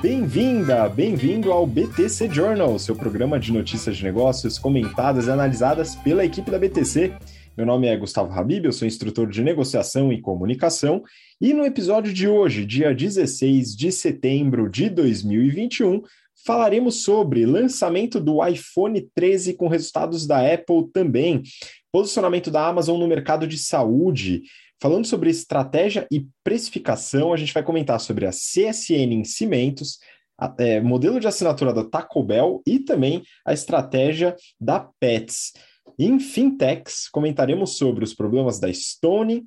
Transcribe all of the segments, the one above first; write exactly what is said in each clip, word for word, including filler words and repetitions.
Bem-vinda, bem-vindo ao B T C Journal, seu programa de notícias de negócios comentadas e analisadas pela equipe da B T C. Meu nome é Gustavo Habib, eu sou instrutor de negociação e comunicação, e no episódio de hoje, dia dezesseis de setembro de dois mil e vinte e um, falaremos sobre lançamento do iPhone treze com resultados da Apple também, posicionamento da Amazon no mercado de saúde. Falando sobre estratégia e precificação, a gente vai comentar sobre a C S N em cimentos, a, é, modelo de assinatura da Taco Bell e também a estratégia da Pets. Em fintechs, comentaremos sobre os problemas da Stone,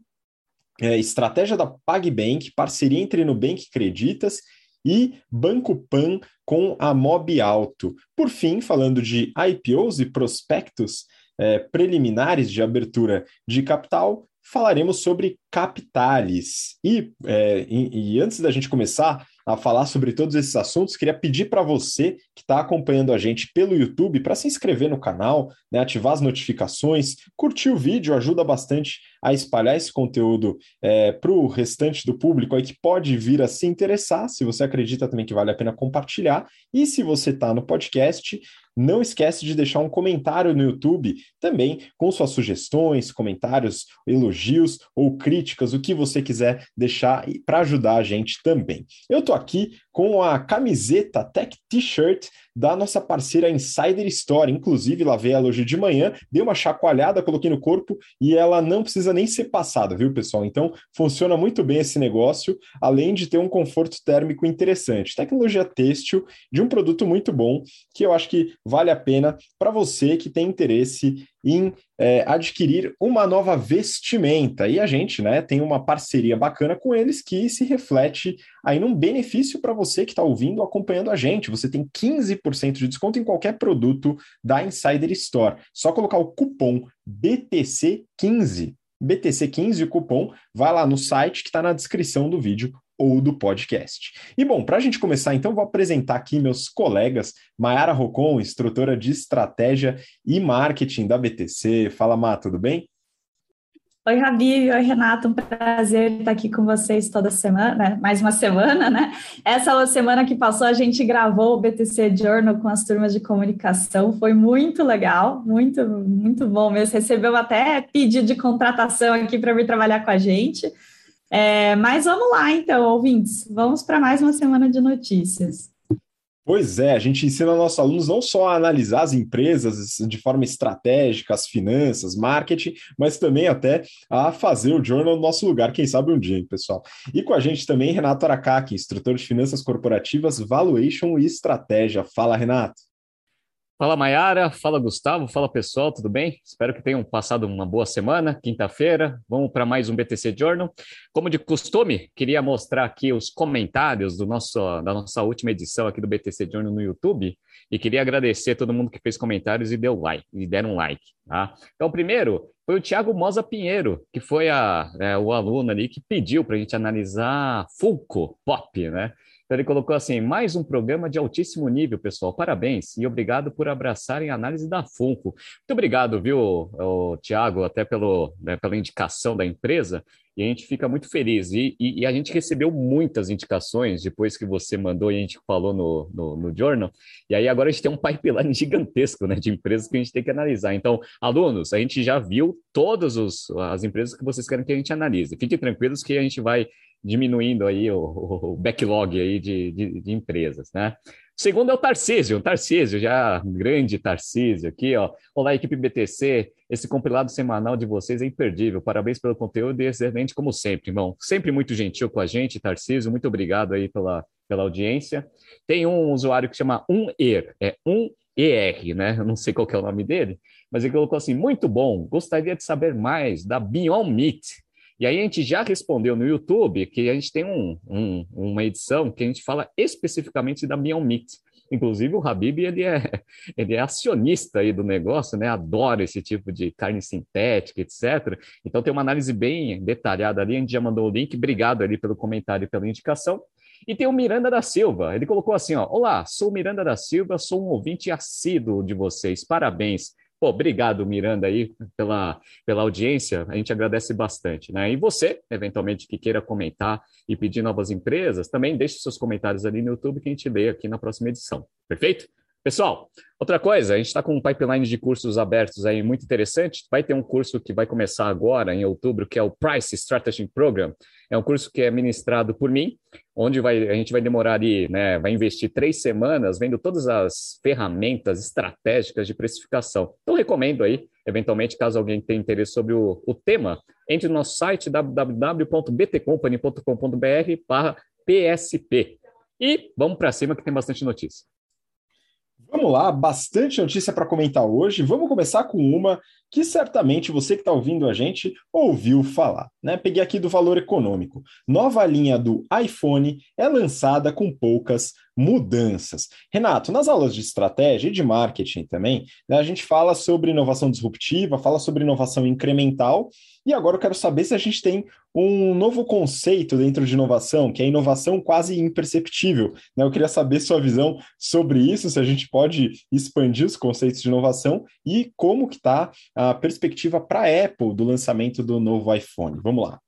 é, estratégia da PagBank, parceria entre Nubank e Creditas e Banco Pan com a Mob Alto. Por fim, falando de I P Os e prospectos é, preliminares de abertura de capital, falaremos sobre Capitalis. E, é, e, e antes da gente começar a falar sobre todos esses assuntos, queria pedir para você que está acompanhando a gente pelo YouTube para se inscrever no canal, né, ativar as notificações, curtir o vídeo, ajuda bastante a espalhar esse conteúdo é, para o restante do público aí que pode vir a se interessar, se você acredita também que vale a pena compartilhar. E se você está no podcast, não esquece de deixar um comentário no YouTube também com suas sugestões, comentários, elogios ou críticas, o que você quiser deixar para ajudar a gente também. Eu estou aqui com a camiseta Tech T-Shirt da nossa parceira Insider Store. Inclusive, lavei ela hoje de manhã, dei uma chacoalhada, coloquei no corpo e ela não precisa nem ser passada, viu, pessoal? Então, funciona muito bem esse negócio, além de ter um conforto térmico interessante. Tecnologia têxtil de um produto muito bom, que eu acho que vale a pena para você que tem interesse em é, adquirir uma nova vestimenta. E a gente, né, tem uma parceria bacana com eles que se reflete aí num benefício para você que está ouvindo, acompanhando a gente. Você tem quinze por cento de desconto em qualquer produto da Insider Store. Só colocar o cupom B T C quinze. B T C quinze, o cupom, vai lá no site que está na descrição do vídeo ou do podcast. E bom, para a gente começar, então, vou apresentar aqui meus colegas, Mayara Rocon, instrutora de estratégia e marketing da B T C. Fala, Má, tudo bem? Oi, Rabi, oi, Renato, um prazer estar aqui com vocês toda semana, mais uma semana, né? Essa semana que passou, a gente gravou o B T C Journal com as turmas de comunicação, foi muito legal, muito, muito bom mesmo, recebeu até pedido de contratação aqui para vir trabalhar com a gente. É, mas vamos lá, então, ouvintes, vamos para mais uma semana de notícias. Pois é, a gente ensina nossos alunos não só a analisar as empresas de forma estratégica, as finanças, marketing, mas também até a fazer o journal no nosso lugar, quem sabe um dia, hein, pessoal. E com a gente também Renato Aracaki, instrutor de finanças corporativas, valuation e estratégia. Fala, Renato. Fala, Mayara, fala, Gustavo, fala, pessoal, tudo bem? Espero que tenham passado uma boa semana, quinta-feira, vamos para mais um B T C Journal. Como de costume, queria mostrar aqui os comentários do nosso, da nossa última edição aqui do B T C Journal no YouTube e queria agradecer a todo mundo que fez comentários e deu like, e deram um like, tá? Então, primeiro, foi o Thiago Moza Pinheiro, que foi a, é, o aluno ali que pediu para a gente analisar Funko Pop, né? Então ele colocou assim, mais um programa de altíssimo nível, pessoal, parabéns e obrigado por abraçarem a análise da Funko. Muito obrigado, viu, o Thiago, até pelo, né, pela indicação da empresa, e a gente fica muito feliz. E, e, e a gente recebeu muitas indicações depois que você mandou e a gente falou no, no, no Journal, e aí agora a gente tem um pipeline gigantesco, né, de empresas que a gente tem que analisar. Então, alunos, a gente já viu todas os, as empresas que vocês querem que a gente analise. Fiquem tranquilos que a gente vai diminuindo aí o, o backlog aí de, de, de empresas, né? O segundo é o Tarcísio, o Tarcísio, já grande Tarcísio aqui, ó. Olá, equipe B T C, esse compilado semanal de vocês é imperdível, parabéns pelo conteúdo e excelente como sempre, irmão. Sempre muito gentil com a gente, Tarcísio, muito obrigado aí pela, pela audiência. Tem um usuário que chama um E R, é um E R, né? Eu não sei qual que é o nome dele, mas ele colocou assim, muito bom, gostaria de saber mais da Beyond Meat. E aí a gente já respondeu no YouTube que a gente tem um, um, uma edição que a gente fala especificamente da Beyond Meat. Inclusive o Habib, ele é, ele é acionista aí do negócio, né? Adora esse tipo de carne sintética, etcétera. Então tem uma análise bem detalhada ali, a gente já mandou o link, obrigado ali pelo comentário e pela indicação. E tem o Miranda da Silva, ele colocou assim, ó, olá, sou o Miranda da Silva, sou um ouvinte assíduo de vocês, parabéns. Pô, obrigado, Miranda, aí, pela, pela audiência, a gente agradece bastante, né? E você, eventualmente, que queira comentar e pedir novas empresas, também deixe seus comentários ali no YouTube que a gente lê aqui na próxima edição, perfeito? Pessoal, outra coisa, a gente está com um pipeline de cursos abertos aí muito interessante. Vai ter um curso que vai começar agora, em outubro, que é o Price Strategy Program. É um curso que é ministrado por mim, onde vai, a gente vai demorar ali, né, vai investir três semanas vendo todas as ferramentas estratégicas de precificação. Então, recomendo aí, eventualmente, caso alguém tenha interesse sobre o, o tema, entre no nosso site w w w ponto b t company ponto com ponto b r barra P S P. E vamos para cima que tem bastante notícia. Vamos lá, bastante notícia para comentar hoje. Vamos começar com uma que certamente você que está ouvindo a gente ouviu falar, né? Peguei aqui do Valor Econômico. Nova linha do iPhone é lançada com poucas mudanças. Renato, nas aulas de estratégia e de marketing também, né, a gente fala sobre inovação disruptiva, fala sobre inovação incremental, e agora eu quero saber se a gente tem um novo conceito dentro de inovação, que é inovação quase imperceptível, né? Eu queria saber sua visão sobre isso, se a gente pode expandir os conceitos de inovação e como que está a perspectiva para a Apple do lançamento do novo iPhone. Vamos lá.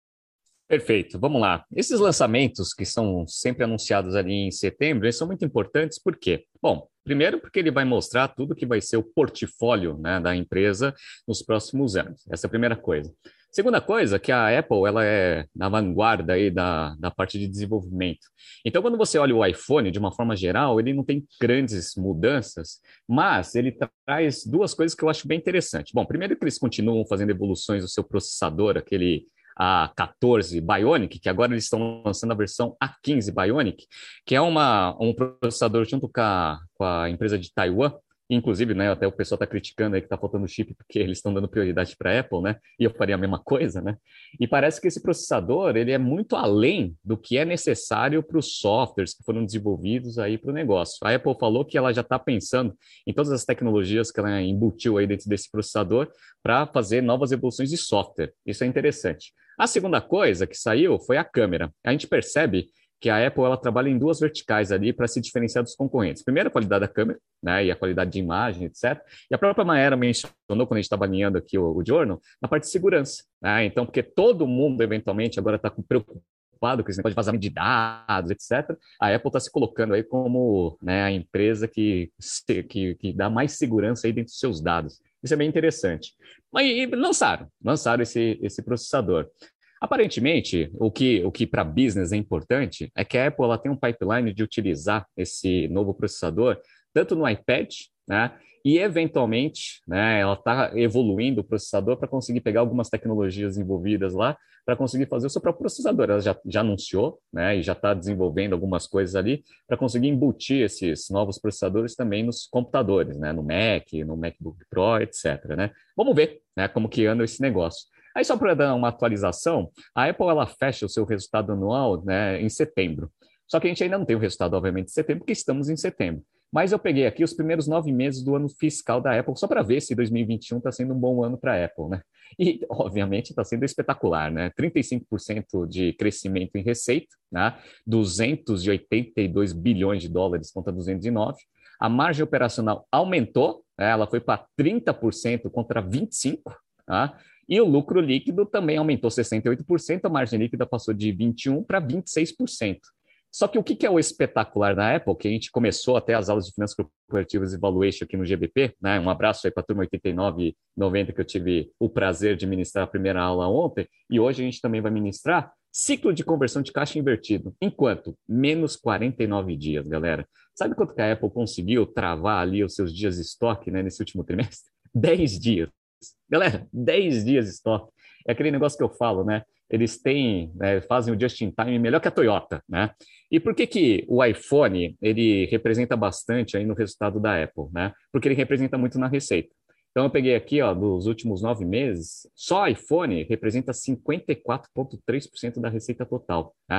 Perfeito, vamos lá. Esses lançamentos que são sempre anunciados ali em setembro, eles são muito importantes, por quê? Bom, primeiro porque ele vai mostrar tudo que vai ser o portfólio, né, da empresa nos próximos anos. Essa é a primeira coisa. Segunda coisa, que a Apple ela é na vanguarda aí da, da parte de desenvolvimento. Então, quando você olha o iPhone, de uma forma geral, ele não tem grandes mudanças, mas ele traz duas coisas que eu acho bem interessantes. Bom, primeiro que eles continuam fazendo evoluções do seu processador, aquele A quatorze Bionic, que agora eles estão lançando a versão A quinze Bionic, que é uma, um processador junto com a, com a empresa de Taiwan. Inclusive, né, até o pessoal está criticando aí que está faltando chip porque eles estão dando prioridade para a Apple, né? E eu faria a mesma coisa, né? E parece que esse processador ele é muito além do que é necessário para os softwares que foram desenvolvidos aí para o negócio. A Apple falou que ela já está pensando em todas as tecnologias que ela embutiu aí dentro desse processador para fazer novas evoluções de software. Isso é interessante. A segunda coisa que saiu foi a câmera. A gente percebe que a Apple ela trabalha em duas verticais ali para se diferenciar dos concorrentes. Primeiro, a qualidade da câmera, né, e a qualidade de imagem, etcétera. E a própria Maera mencionou, quando a gente estava alinhando aqui o, o Journal, na parte de segurança. Né? Então, porque todo mundo, eventualmente, agora está preocupado com esse negócio de vazamento de dados, etcétera. A Apple está se colocando aí como, né, a empresa que, que, que dá mais segurança aí dentro dos seus dados. Isso é bem interessante. Mas lançaram, lançaram esse, esse processador. Aparentemente, o que, o que para business é importante é que a Apple ela tem um pipeline de utilizar esse novo processador tanto no iPad, né, e eventualmente, né, ela está evoluindo o processador para conseguir pegar algumas tecnologias envolvidas lá para conseguir fazer o seu próprio processador. Ela já, já anunciou, né, e já está desenvolvendo algumas coisas ali para conseguir embutir esses novos processadores também nos computadores, né, no Mac, no MacBook Pro, etcétera. Né? Vamos ver, né, como que anda esse negócio. Aí, só para dar uma atualização, a Apple ela fecha o seu resultado anual, né, em setembro. Só que a gente ainda não tem o resultado, obviamente, de setembro, porque estamos em setembro. Mas eu peguei aqui os primeiros nove meses do ano fiscal da Apple, só para ver se dois mil e vinte e um está sendo um bom ano para a Apple, né? E, obviamente, está sendo espetacular, né? trinta e cinco por cento de crescimento em receita, né? duzentos e oitenta e dois bilhões de dólares contra duzentos e nove. A margem operacional aumentou, né? Ela foi para trinta por cento contra vinte e cinco por cento, tá? E o lucro líquido também aumentou sessenta e oito por cento, a margem líquida passou de vinte e um por cento para vinte e seis por cento. Só que o que é o espetacular na Apple, que a gente começou até as aulas de finanças corporativas e valuation aqui no G B P, né? Um abraço aí para a turma oitenta e nove e noventa que eu tive o prazer de ministrar a primeira aula ontem, e hoje a gente também vai ministrar ciclo de conversão de caixa invertido. Enquanto? Menos quarenta e nove dias, galera. Sabe quanto que a Apple conseguiu travar ali os seus dias de estoque, né, nesse último trimestre? dez dias. Galera, dez dias de estoque. É aquele negócio que eu falo, né? Eles têm, né, fazem o just-in-time melhor que a Toyota, né? E por que que o iPhone, ele representa bastante aí no resultado da Apple, né? Porque ele representa muito na receita. Então, eu peguei aqui, ó, dos últimos nove meses, só iPhone representa cinquenta e quatro vírgula três por cento da receita total, tá?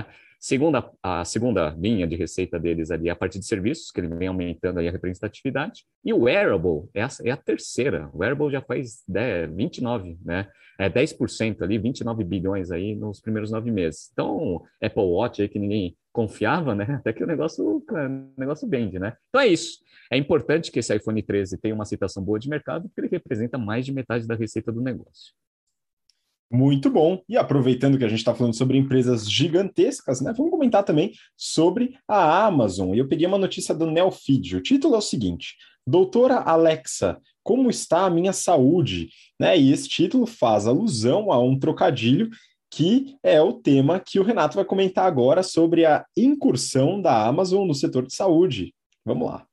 Segunda, a segunda linha de receita deles ali é a parte de serviços, que ele vem aumentando aí a representatividade. E o wearable é a, é a terceira. O wearable já faz dez, vinte e nove, né? É dez por cento ali, vinte e nove bilhões aí nos primeiros nove meses. Então, Apple Watch aí que ninguém confiava, né? Até que o negócio, o negócio vende, né? Então é isso. É importante que esse iPhone treze tenha uma aceitação boa de mercado, porque ele representa mais de metade da receita do negócio. Muito bom. E aproveitando que a gente está falando sobre empresas gigantescas, né? Vamos comentar também sobre a Amazon. E eu peguei uma notícia do Neofeed. O título é o seguinte: Doutora Alexa, como está a minha saúde? Né? E esse título faz alusão a um trocadilho que é o tema que o Renato vai comentar agora sobre a incursão da Amazon no setor de saúde. Vamos lá.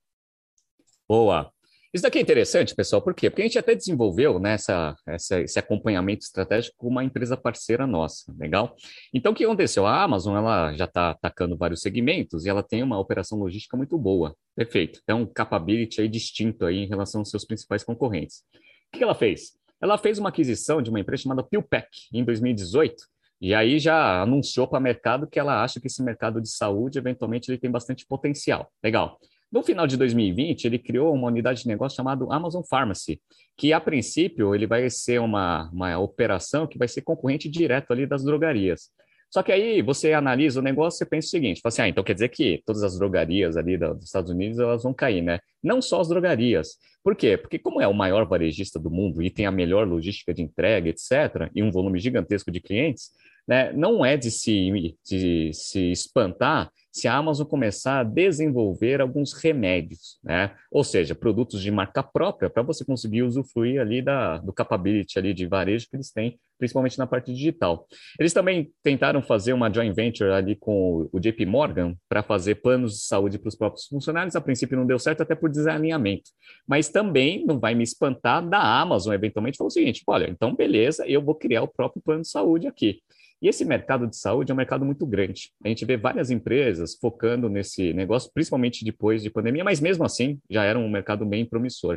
Boa. Isso daqui é interessante, pessoal, por quê? Porque a gente até desenvolveu, né, essa, essa, esse acompanhamento estratégico com uma empresa parceira nossa, legal? Então, o que aconteceu? A Amazon, ela já está atacando vários segmentos e ela tem uma operação logística muito boa, perfeito. Então, um capability aí distinto aí em relação aos seus principais concorrentes. O que ela fez? Ela fez uma aquisição de uma empresa chamada PillPack em dois mil e dezoito, e aí já anunciou para o mercado que ela acha que esse mercado de saúde, eventualmente, ele tem bastante potencial. Legal. No final de dois mil e vinte, ele criou uma unidade de negócio chamada Amazon Pharmacy, que a princípio ele vai ser uma, uma operação que vai ser concorrente direto ali das drogarias. Só que aí você analisa o negócio e pensa o seguinte, fala assim, ah, então quer dizer que todas as drogarias ali dos Estados Unidos elas vão cair, né? Não só as drogarias. Por quê? Porque como é o maior varejista do mundo e tem a melhor logística de entrega, etcétera, e um volume gigantesco de clientes, né, não é de se, de se espantar se a Amazon começar a desenvolver alguns remédios, né? Ou seja, produtos de marca própria para você conseguir usufruir ali da, do capability ali de varejo que eles têm, principalmente na parte digital. Eles também tentaram fazer uma joint venture ali com o J P Morgan para fazer planos de saúde para os próprios funcionários. A princípio não deu certo até por desalinhamento, mas também não vai me espantar da Amazon eventualmente falar o seguinte, olha, então beleza, eu vou criar o próprio plano de saúde aqui. E esse mercado de saúde é um mercado muito grande. A gente vê várias empresas focando nesse negócio, principalmente depois de pandemia, mas mesmo assim já era um mercado bem promissor.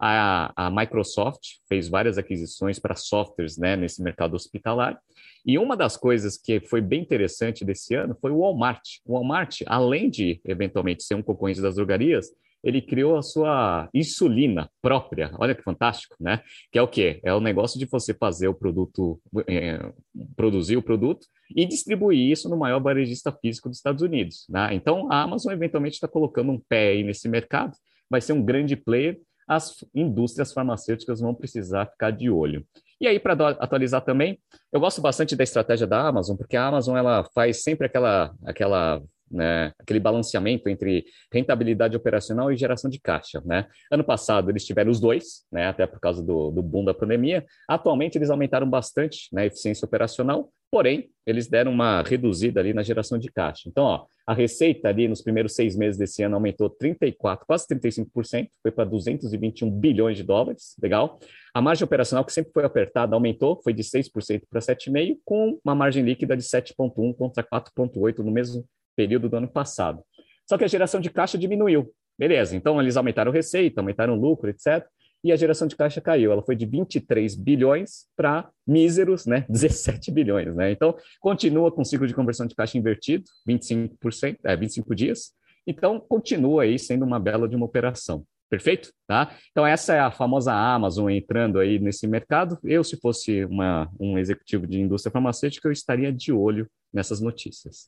A, a Microsoft fez várias aquisições para softwares, né, nesse mercado hospitalar. E uma das coisas que foi bem interessante desse ano foi o Walmart. O Walmart, além de eventualmente ser um concorrente das drogarias, ele criou a sua insulina própria. Olha que fantástico, né? Que é o quê? É o negócio de você fazer o produto, é, produzir o produto e distribuir isso no maior varejista físico dos Estados Unidos, né? Então, a Amazon eventualmente está colocando um pé aí nesse mercado, vai ser um grande player, as indústrias farmacêuticas vão precisar ficar de olho. E aí, para atualizar também, eu gosto bastante da estratégia da Amazon, porque a Amazon ela faz sempre aquela, aquela né, aquele balanceamento entre rentabilidade operacional e geração de caixa, né? Ano passado eles tiveram os dois, né, até por causa do, do boom da pandemia. Atualmente eles aumentaram bastante, né, a eficiência operacional, porém eles deram uma reduzida ali na geração de caixa. Então, ó, a receita ali nos primeiros seis meses desse ano aumentou trinta e quatro, quase trinta e cinco por cento, foi para duzentos e vinte e um bilhões de dólares, legal. A margem operacional, que sempre foi apertada, aumentou, foi de seis por cento para sete vírgula cinco por cento, com uma margem líquida de sete vírgula um contra quatro vírgula oito no mesmo período do ano passado. Só que a geração de caixa diminuiu. Beleza, então eles aumentaram receita, aumentaram lucro, etcétera. E a geração de caixa caiu. Ela foi de vinte e três bilhões para míseros, né, dezessete bilhões. Né? Então, continua com o ciclo de conversão de caixa invertido, vinte e cinco por cento, é, vinte e cinco dias. Então, continua aí sendo uma bela de uma operação. Perfeito? Tá? Então, essa é a famosa Amazon entrando aí nesse mercado. Eu, se fosse uma, um executivo de indústria farmacêutica, eu estaria de olho nessas notícias.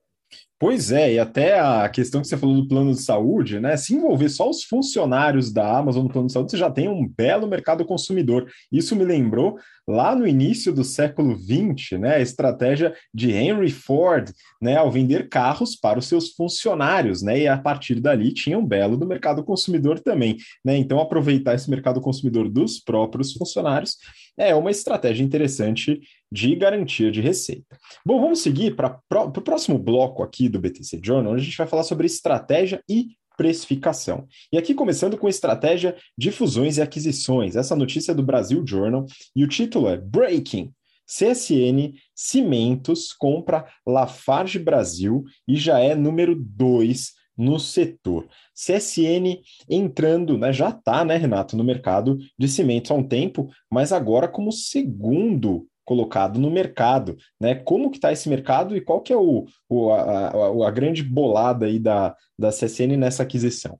Pois é, e até a questão que você falou do plano de saúde, né? Se envolver só os funcionários da Amazon no plano de saúde, você já tem um belo mercado consumidor. Isso me lembrou lá no início do século vinte, né? A estratégia de Henry Ford, né? Ao vender carros para os seus funcionários, né? E a partir dali tinha um belo do mercado consumidor também, né? Então, aproveitar esse mercado consumidor dos próprios funcionários é uma estratégia interessante de garantia de receita. Bom, vamos seguir para o próximo bloco aqui do B T C Journal, onde a gente vai falar sobre estratégia e precificação. E aqui começando com estratégia de fusões e aquisições. Essa notícia é do Brasil Journal e o título é Breaking. C S N Cimentos compra Lafarge Brasil e já é número dois no setor. C S N entrando, né, já está, né, Renato, no mercado de cimentos há um tempo, mas agora como segundo colocado no mercado, né? Como que está esse mercado e qual que é o, o, a, a, a grande bolada aí da, da C S N nessa aquisição?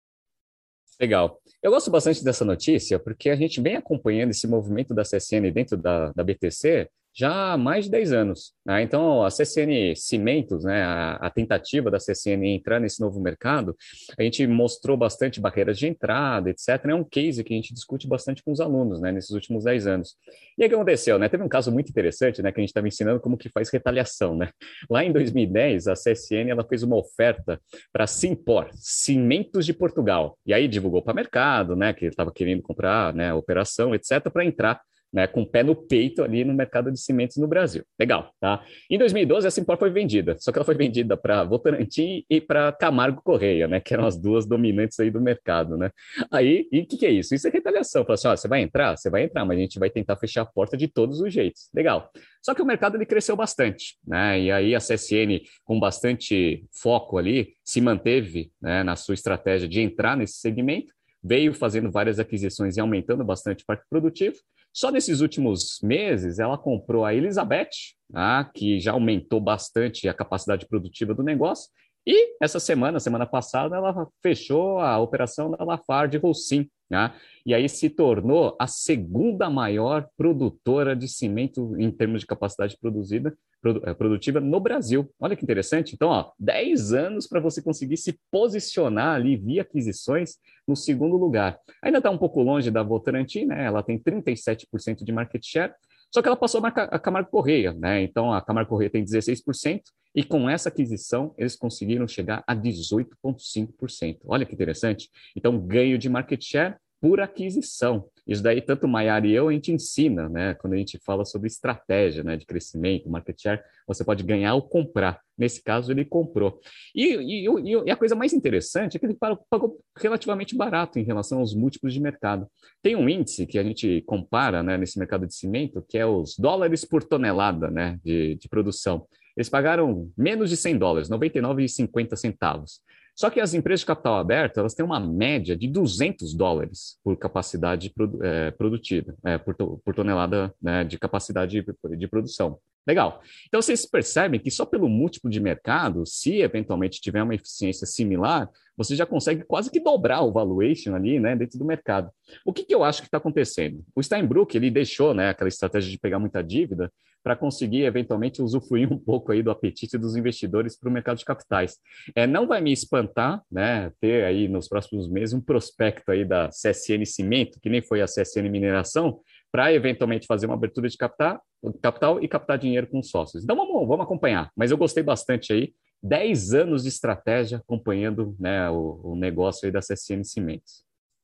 Legal. Eu gosto bastante dessa notícia porque a gente vem acompanhando esse movimento da C S N dentro da, da B T C já há mais de dez anos, né? Então, a C S N Cimentos, né, a, a tentativa da C S N entrar nesse novo mercado, a gente mostrou bastante barreiras de entrada, etcétera. É um case que a gente discute bastante com os alunos, né, nesses últimos dez anos. E aí o que aconteceu, né? Teve um caso muito interessante, né, que a gente estava ensinando como que faz retaliação, né? Lá em dois mil e dez, a C S N ela fez uma oferta para a Cimpor, Cimentos de Portugal, e aí divulgou para o mercado, né, que estava querendo comprar, né, a operação, etcétera, para entrar, né, com o pé no peito ali no mercado de cimentos no Brasil. Legal, tá? Em dois mil e doze, a Cimpor foi vendida, só que ela foi vendida para Votorantim e para Camargo Correia, né, que eram as duas dominantes aí do mercado, né? Aí, e o que, que é isso? Isso é retaliação. Fala assim, ó, você vai entrar? Você vai entrar, mas a gente vai tentar fechar a porta de todos os jeitos. Legal. Só que o mercado ele cresceu bastante, né? E aí a C S N, com bastante foco ali, se manteve, né, na sua estratégia de entrar nesse segmento, veio fazendo várias aquisições e aumentando bastante o parque produtivo. Só nesses últimos meses, ela comprou a Elizabeth, tá, que já aumentou bastante a capacidade produtiva do negócio. E essa semana, semana passada, ela fechou a operação da Lafarge Holcim, né? E aí se tornou a segunda maior produtora de cimento em termos de capacidade produzida, produtiva no Brasil. Olha que interessante. Então, ó, dez anos para você conseguir se posicionar ali via aquisições no segundo lugar. Ainda está um pouco longe da Votorantim, né? Ela tem trinta e sete por cento de market share, só que ela passou a Camargo Correia, né? Então, a Camargo Correia tem dezesseis por cento e com essa aquisição eles conseguiram chegar a dezoito vírgula cinco por cento. Olha que interessante. Então, ganho de market share por aquisição. Isso daí, tanto o Maiara e eu, a gente ensina, né? Quando a gente fala sobre estratégia, né, de crescimento, market share, você pode ganhar ou comprar. Nesse caso, ele comprou. E, e, e a coisa mais interessante é que ele pagou relativamente barato em relação aos múltiplos de mercado. Tem um índice que a gente compara, né, nesse mercado de cimento, que é os dólares por tonelada, né, de, de produção. Eles pagaram menos de cem dólares, noventa e nove vírgula cinquenta centavos. Só que as empresas de capital aberto, elas têm uma média de duzentos dólares por capacidade é, produtiva, é, por, por tonelada, né, de capacidade de, de produção. Legal. Então, vocês percebem que só pelo múltiplo de mercado, se eventualmente tiver uma eficiência similar, você já consegue quase que dobrar o valuation ali, né, dentro do mercado. O que, que eu acho que está acontecendo? O Steinbrück, ele deixou, né, aquela estratégia de pegar muita dívida para conseguir, eventualmente, usufruir um pouco aí do apetite dos investidores para o mercado de capitais. É, não vai me espantar, né, ter aí nos próximos meses um prospecto aí da C S N Cimento, que nem foi a C S N Mineração, para eventualmente fazer uma abertura de capital, capital e captar dinheiro com sócios. Então vamos, vamos acompanhar. Mas eu gostei bastante aí, dez anos de estratégia acompanhando, né, o, o negócio aí da C S N Cimentos.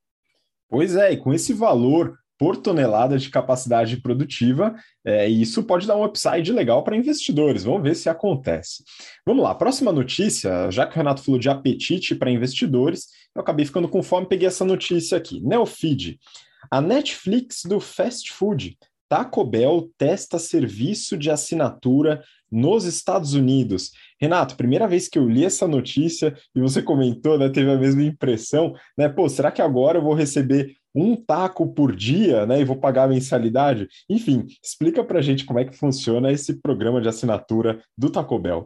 Pois é, e com esse valor por tonelada de capacidade produtiva, é, isso pode dar um upside legal para investidores. Vamos ver se acontece. Vamos lá, próxima notícia, já que o Renato falou de apetite para investidores, eu acabei ficando com fome e peguei essa notícia aqui. Neofeed, a Netflix do fast food. Taco Bell testa serviço de assinatura nos Estados Unidos. Renato, primeira vez que eu li essa notícia e você comentou, né, teve a mesma impressão, né? Pô, será que agora eu vou receber um taco por dia, né, e vou pagar a mensalidade? Enfim, explica pra gente como é que funciona esse programa de assinatura do Taco Bell.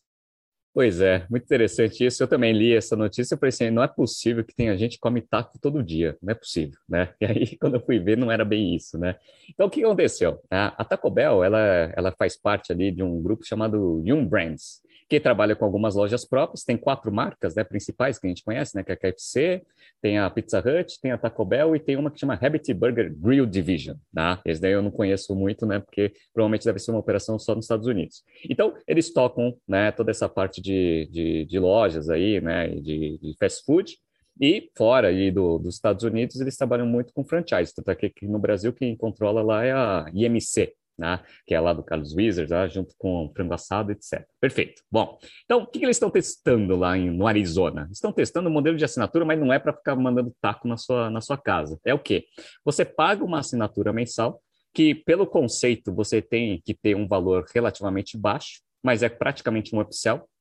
Pois é, muito interessante isso. Eu também li essa notícia e falei assim, não é possível que tenha gente que come taco todo dia, não é possível, né? E aí, quando eu fui ver, não era bem isso, né? Então, o que aconteceu? A, a Taco Bell, ela, ela faz parte ali de um grupo chamado Yum Brands, que trabalha com algumas lojas próprias, tem quatro marcas, né, principais que a gente conhece, né, que é a K F C, tem a Pizza Hut, tem a Taco Bell e tem uma que chama Habit Burger Grill Division, tá? Esse daí eu não conheço muito, né, porque provavelmente deve ser uma operação só nos Estados Unidos. Então, eles tocam, né, toda essa parte de, de, de lojas aí, né, de, de fast food, e fora aí do, dos Estados Unidos, eles trabalham muito com franchise, tanto é que aqui no Brasil quem controla lá é a I M C, né, que é lá do Carlos Wizard, tá, junto com frango assado, etcétera. Perfeito. Bom, então, o que, que eles estão testando lá em, no Arizona? Estão testando um modelo de assinatura, mas não é para ficar mandando taco na sua, na sua casa. É o quê? Você paga uma assinatura mensal, que pelo conceito você tem que ter um valor relativamente baixo, mas é praticamente um upsell.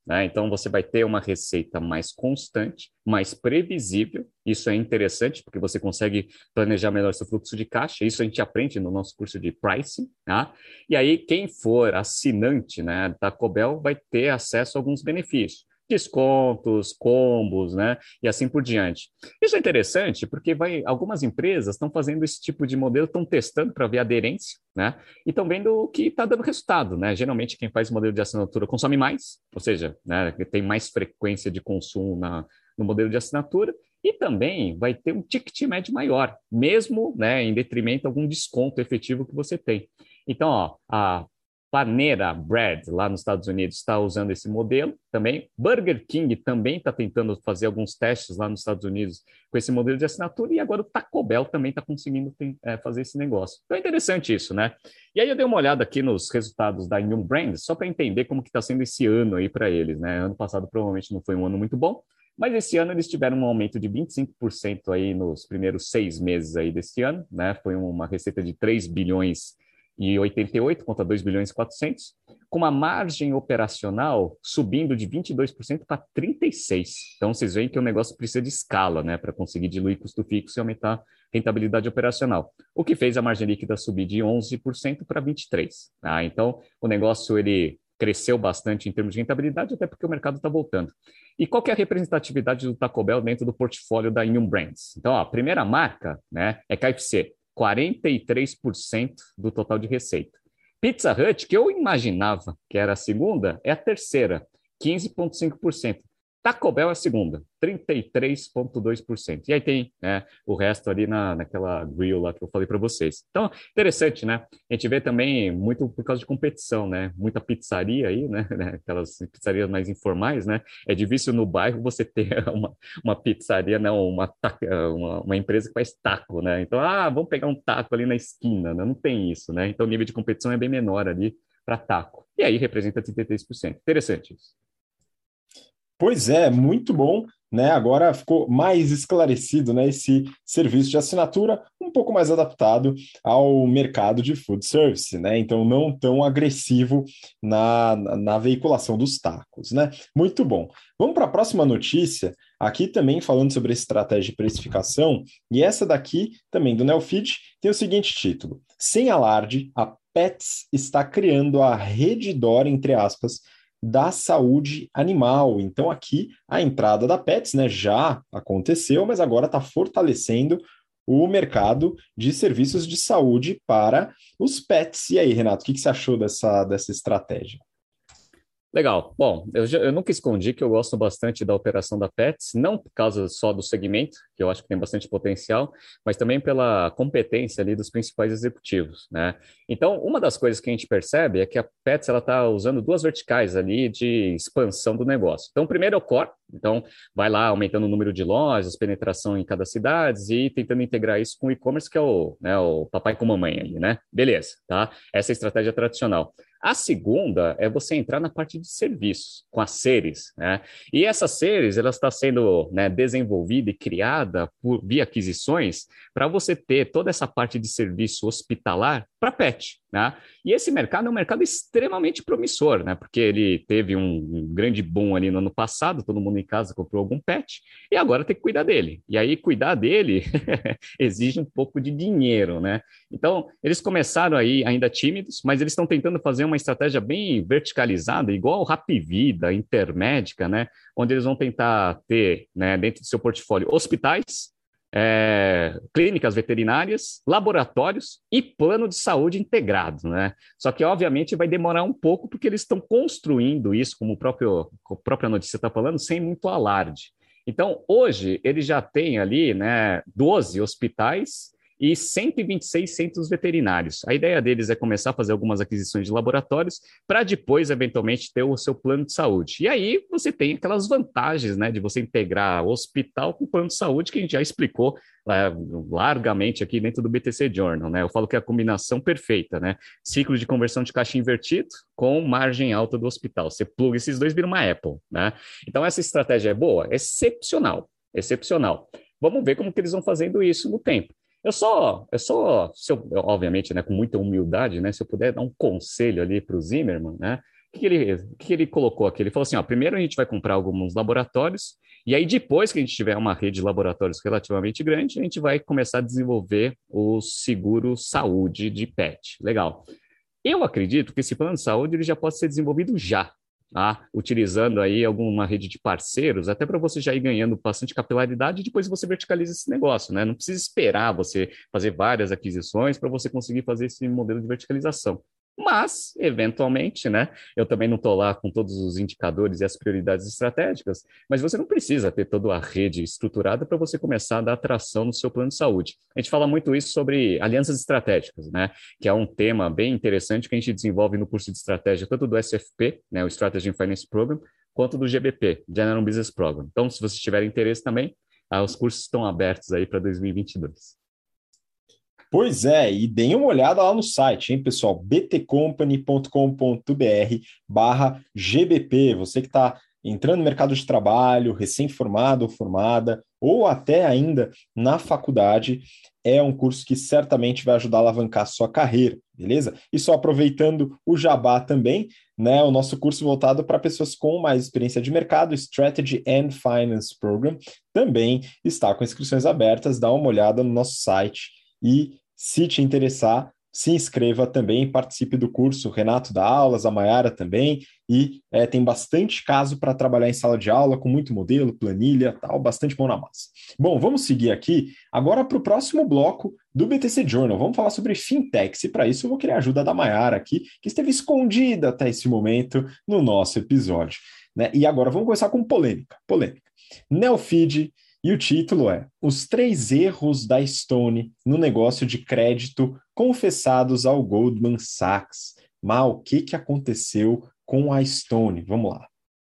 né? Então, você vai ter uma receita mais constante, mais previsível. Isso é interessante, porque você consegue planejar melhor seu fluxo de caixa. Isso a gente aprende no nosso curso de pricing, tá? E aí, quem for assinante, né, da Taco Bell vai ter acesso a alguns benefícios. Descontos, combos, né? E assim por diante. Isso é interessante porque vai, algumas empresas estão fazendo esse tipo de modelo, estão testando para ver aderência, né? E estão vendo o que está dando resultado, né? Geralmente quem faz modelo de assinatura consome mais, ou seja, né, tem mais frequência de consumo na, no modelo de assinatura, e também vai ter um ticket médio maior, mesmo, né, em detrimento de algum desconto efetivo que você tem. Então, ó, a Panera Bread, lá nos Estados Unidos, está usando esse modelo também. Burger King também está tentando fazer alguns testes lá nos Estados Unidos com esse modelo de assinatura, e agora o Taco Bell também está conseguindo tem, é, fazer esse negócio. Então é interessante isso, né? E aí eu dei uma olhada aqui nos resultados da Yum Brands, só para entender como que está sendo esse ano aí para eles, né? Ano passado provavelmente não foi um ano muito bom, mas esse ano eles tiveram um aumento de vinte e cinco por cento aí nos primeiros seis meses aí desse ano, né? Foi uma receita de três bilhões e oitenta e oito contra dois bilhões e quatrocentos, com uma margem operacional subindo de vinte e dois por cento para trinta e seis por cento. Então, vocês veem que o negócio precisa de escala, né, para conseguir diluir custo fixo e aumentar a rentabilidade operacional, o que fez a margem líquida subir de onze por cento para vinte e três por cento. Tá? Então, o negócio ele cresceu bastante em termos de rentabilidade, até porque o mercado está voltando. E qual que é a representatividade do Taco Bell dentro do portfólio da Yum Brands? Então, ó, a primeira marca, né, é K F C, quarenta e três por cento do total de receita. Pizza Hut, que eu imaginava que era a segunda, é a terceira, quinze vírgula cinco por cento. Taco Bell é a segunda, trinta e três vírgula dois por cento. E aí tem, né, o resto ali na, naquela grill lá que eu falei para vocês. Então, interessante, né? A gente vê também muito por causa de competição, né? Muita pizzaria aí, né? Aquelas pizzarias mais informais, né? É difícil no bairro você ter uma, uma pizzaria, não, uma, uma, uma empresa que faz taco, né? Então, ah, vamos pegar um taco ali na esquina, né? Não tem isso, né? Então, o nível de competição é bem menor ali para taco. E aí representa trinta e três por cento. Interessante isso. Pois é, muito bom, né? Agora ficou mais esclarecido, né? Esse serviço de assinatura um pouco mais adaptado ao mercado de food service, né? Então não tão agressivo na, na, na veiculação dos tacos, né? Muito bom. Vamos para a próxima notícia, aqui também falando sobre estratégia de precificação, e essa daqui também do Neofeed tem o seguinte título: Sem alarde, a Petz está criando a Redditor, entre aspas, da saúde animal. Então aqui a entrada da Petz, né, já aconteceu, mas agora está fortalecendo o mercado de serviços de saúde para os pets. E aí, Renato, o que, que você achou dessa, dessa estratégia? Legal. Bom, eu, já, eu nunca escondi que eu gosto bastante da operação da Petz, não por causa só do segmento, que eu acho que tem bastante potencial, mas também pela competência ali dos principais executivos, né? Então, uma das coisas que a gente percebe é que a Petz ela está usando duas verticais ali de expansão do negócio. Então, primeiro é o core, então vai lá aumentando o número de lojas, penetração em cada cidade e tentando integrar isso com o e-commerce, que é o, né, o papai com mamãe ali, né? Beleza, tá? Essa é a estratégia tradicional. A segunda é você entrar na parte de serviços, com a Seres, né? E essa Seres, ela está sendo, né, desenvolvida e criada por, via aquisições para você ter toda essa parte de serviço hospitalar para pet, né? E esse mercado é um mercado extremamente promissor, né? Porque ele teve um, um grande boom ali no ano passado, todo mundo em casa comprou algum pet, e agora tem que cuidar dele. E aí, cuidar dele exige um pouco de dinheiro, né? Então, eles começaram aí ainda tímidos, mas eles estão tentando fazer uma estratégia bem verticalizada, igual o Rapvida, Intermédica, né? Onde eles vão tentar ter, né, dentro do seu portfólio, hospitais, é, clínicas veterinárias, laboratórios e plano de saúde integrado, né? Só que, obviamente, vai demorar um pouco, porque eles estão construindo isso, como o próprio, a própria notícia está falando, sem muito alarde. Então, hoje, eles já têm ali, né, doze hospitais e cento e vinte e seis centros veterinários. A ideia deles é começar a fazer algumas aquisições de laboratórios para depois, eventualmente, ter o seu plano de saúde. E aí você tem aquelas vantagens, né, de você integrar o hospital com o plano de saúde, que a gente já explicou é, largamente aqui dentro do B T C Journal, né? Eu falo que é a combinação perfeita, né? Ciclo de conversão de caixa invertido com margem alta do hospital. Você pluga esses dois, vira uma Apple, né? Então, essa estratégia é boa? Excepcional, excepcional. Vamos ver como que eles vão fazendo isso no tempo. Eu só, eu só se eu, obviamente, né, com muita humildade, né, se eu puder dar um conselho ali para o Zimmermann, né, que, que, ele, o que, que ele colocou aqui? Ele falou assim, ó, primeiro a gente vai comprar alguns laboratórios, e aí depois que a gente tiver uma rede de laboratórios relativamente grande, a gente vai começar a desenvolver o seguro saúde de pet. Legal. Eu acredito que esse plano de saúde ele já pode ser desenvolvido já, tá? Utilizando aí alguma rede de parceiros, até para você já ir ganhando bastante capilaridade e depois você verticaliza esse negócio, né? Não precisa esperar você fazer várias aquisições para você conseguir fazer esse modelo de verticalização. Mas, eventualmente, né? Eu também não estou lá com todos os indicadores e as prioridades estratégicas, mas você não precisa ter toda a rede estruturada para você começar a dar atração no seu plano de saúde. A gente fala muito isso sobre alianças estratégicas, né? Que é um tema bem interessante que a gente desenvolve no curso de estratégia, tanto do S F P, né? O Strategy and Finance Program, quanto do G B P, General Business Program. Então, se você tiver interesse também, ah, os cursos estão abertos aí para dois mil e vinte e dois. Pois é, e deem uma olhada lá no site, hein, pessoal? btcompany.com.br barra GBP. Você que está entrando no mercado de trabalho, recém-formado ou formada, ou até ainda na faculdade, é um curso que certamente vai ajudar a alavancar a sua carreira, beleza? E só aproveitando o jabá também, né, o nosso curso voltado para pessoas com mais experiência de mercado, Strategy and Finance Program, também está com inscrições abertas. Dá uma olhada no nosso site. E se te interessar, se inscreva também, participe do curso. O Renato dá aulas, a Maiara também, e é, tem bastante caso para trabalhar em sala de aula, com muito modelo, planilha, tal, bastante mão na massa. Bom, vamos seguir aqui agora para o próximo bloco do B T C Journal. Vamos falar sobre fintechs, e para isso eu vou querer a ajuda da Maiara aqui, que esteve escondida até esse momento no nosso episódio, né? E agora vamos começar com polêmica. Polêmica. Neofeed. E o título é Os Três Erros da Stone no Negócio de Crédito Confessados ao Goldman Sachs. Mal, o que, que aconteceu com a Stone? Vamos lá.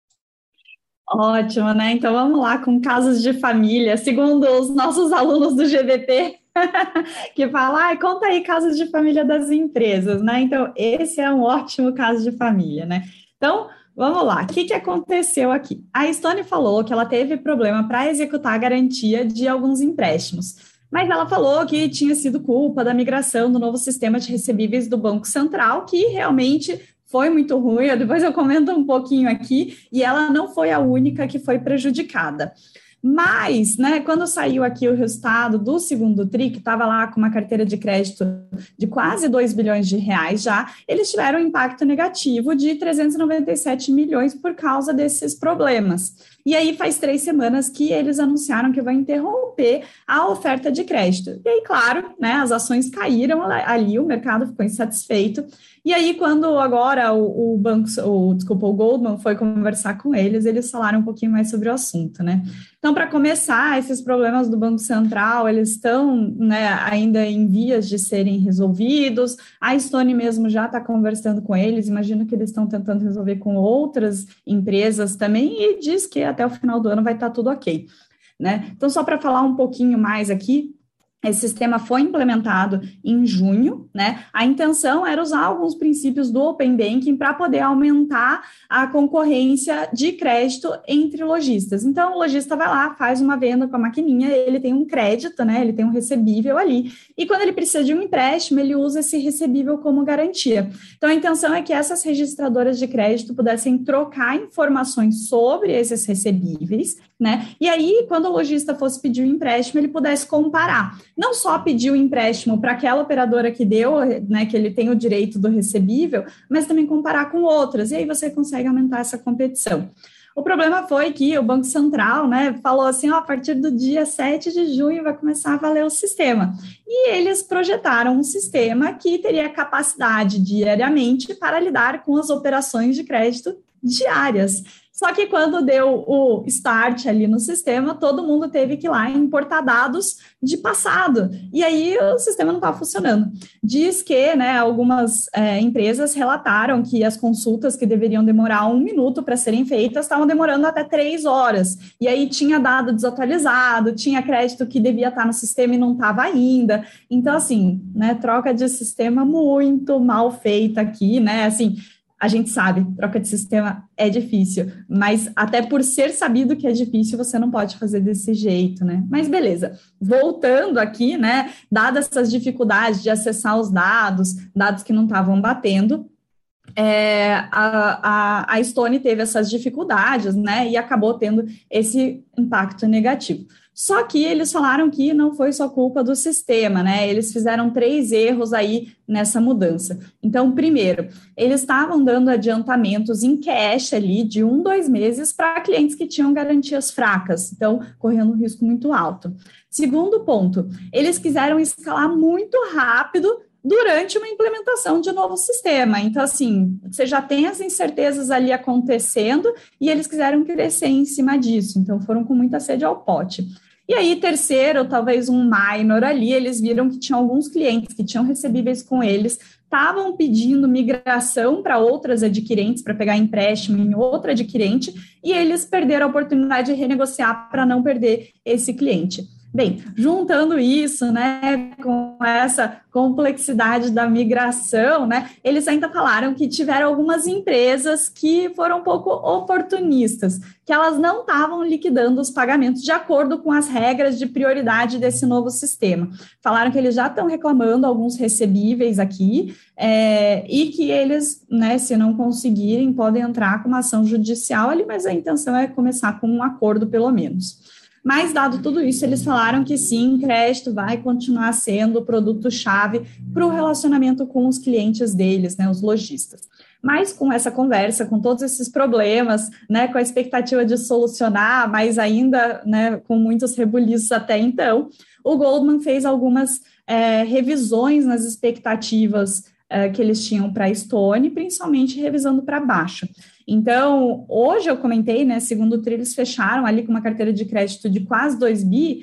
Ótimo, né? Então vamos lá com casos de família, segundo os nossos alunos do G B P, que falam, ah, conta aí casos de família das empresas, né? Então esse é um ótimo caso de família, né? Então, vamos lá, o que, que aconteceu aqui? A Stone falou que ela teve problema para executar a garantia de alguns empréstimos, mas ela falou que tinha sido culpa da migração do novo sistema de recebíveis do Banco Central, que realmente foi muito ruim. Depois eu comento um pouquinho aqui, e ela não foi a única que foi prejudicada. Mas, né, quando saiu aqui o resultado do segundo tri, que estava lá com uma carteira de crédito de quase dois bilhões de reais já, eles tiveram um impacto negativo de trezentos e noventa e sete milhões por causa desses problemas. E aí faz três semanas que eles anunciaram que vão interromper a oferta de crédito. E aí, claro, né, as ações caíram ali, o mercado ficou insatisfeito. E aí, quando agora o, o banco, o, desculpa, o Goldman foi conversar com eles, eles falaram um pouquinho mais sobre o assunto, né? Então, para começar, esses problemas do Banco Central, eles estão, né, ainda em vias de serem resolvidos. A Stone mesmo já está conversando com eles, imagino que eles estão tentando resolver com outras empresas também, e diz que até o final do ano vai estar tudo ok, né? Então, só para falar um pouquinho mais aqui, esse sistema foi implementado em junho, né? A intenção era usar alguns princípios do Open Banking para poder aumentar a concorrência de crédito entre lojistas. Então, o lojista vai lá, faz uma venda com a maquininha, ele tem um crédito, né? Ele tem um recebível ali. E quando ele precisa de um empréstimo, ele usa esse recebível como garantia. Então, a intenção é que essas registradoras de crédito pudessem trocar informações sobre esses recebíveis, né? E aí, quando o lojista fosse pedir um empréstimo, ele pudesse comparar. Não só pedir o empréstimo para aquela operadora que deu, né, que ele tem o direito do recebível, mas também comparar com outras, e aí você consegue aumentar essa competição. O problema foi que o Banco Central, né, falou assim, ó, a partir do dia sete de junho vai começar a valer o sistema. E eles projetaram um sistema que teria capacidade diariamente para lidar com as operações de crédito diárias. Só que quando deu o start ali no sistema, todo mundo teve que ir lá importar dados de passado. E aí o sistema não estava funcionando. Diz que, né, algumas é, empresas relataram que as consultas que deveriam demorar um minuto para serem feitas estavam demorando até três horas. E aí tinha dado desatualizado, tinha crédito que devia estar no sistema e não estava ainda. Então, assim, né, troca de sistema muito mal feita aqui, né, assim... A gente sabe, troca de sistema é difícil, mas até por ser sabido que é difícil, você não pode fazer desse jeito, né? Mas beleza, voltando aqui, né, dadas essas dificuldades de acessar os dados, dados que não estavam batendo, é, a, a, a Stone teve essas dificuldades, né, e acabou tendo esse impacto negativo. Só que eles falaram que não foi só culpa do sistema, né? Eles fizeram três erros aí nessa mudança. Então, primeiro, eles estavam dando adiantamentos em cash ali de um, dois meses para clientes que tinham garantias fracas, então correndo um risco muito alto. Segundo ponto, eles quiseram escalar muito rápido durante uma implementação de novo sistema. Então, assim, você já tem as incertezas ali acontecendo e eles quiseram crescer em cima disso. Então, foram com muita sede ao pote. E aí, terceiro, talvez um minor ali, eles viram que tinham alguns clientes que tinham recebíveis com eles, estavam pedindo migração para outras adquirentes, para pegar empréstimo em outra adquirente, e eles perderam a oportunidade de renegociar para não perder esse cliente. Bem, juntando isso, né, com essa complexidade da migração, né, eles ainda falaram que tiveram algumas empresas que foram um pouco oportunistas, que elas não estavam liquidando os pagamentos de acordo com as regras de prioridade desse novo sistema. Falaram que eles já estão reclamando alguns recebíveis aqui, é, e que eles, né, se não conseguirem, podem entrar com uma ação judicial ali, mas a intenção é começar com um acordo, pelo menos. Mas, dado tudo isso, eles falaram que sim, crédito vai continuar sendo o produto-chave para o relacionamento com os clientes deles, né, os lojistas. Mas com essa conversa, com todos esses problemas, né, com a expectativa de solucionar, mas ainda, né, com muitos rebuliços até então, o Goldman fez algumas é, revisões nas expectativas é, que eles tinham para a Stone, principalmente revisando para baixo. Então, hoje eu comentei, né, segundo o tri, eles fecharam ali com uma carteira de crédito de quase dois bi,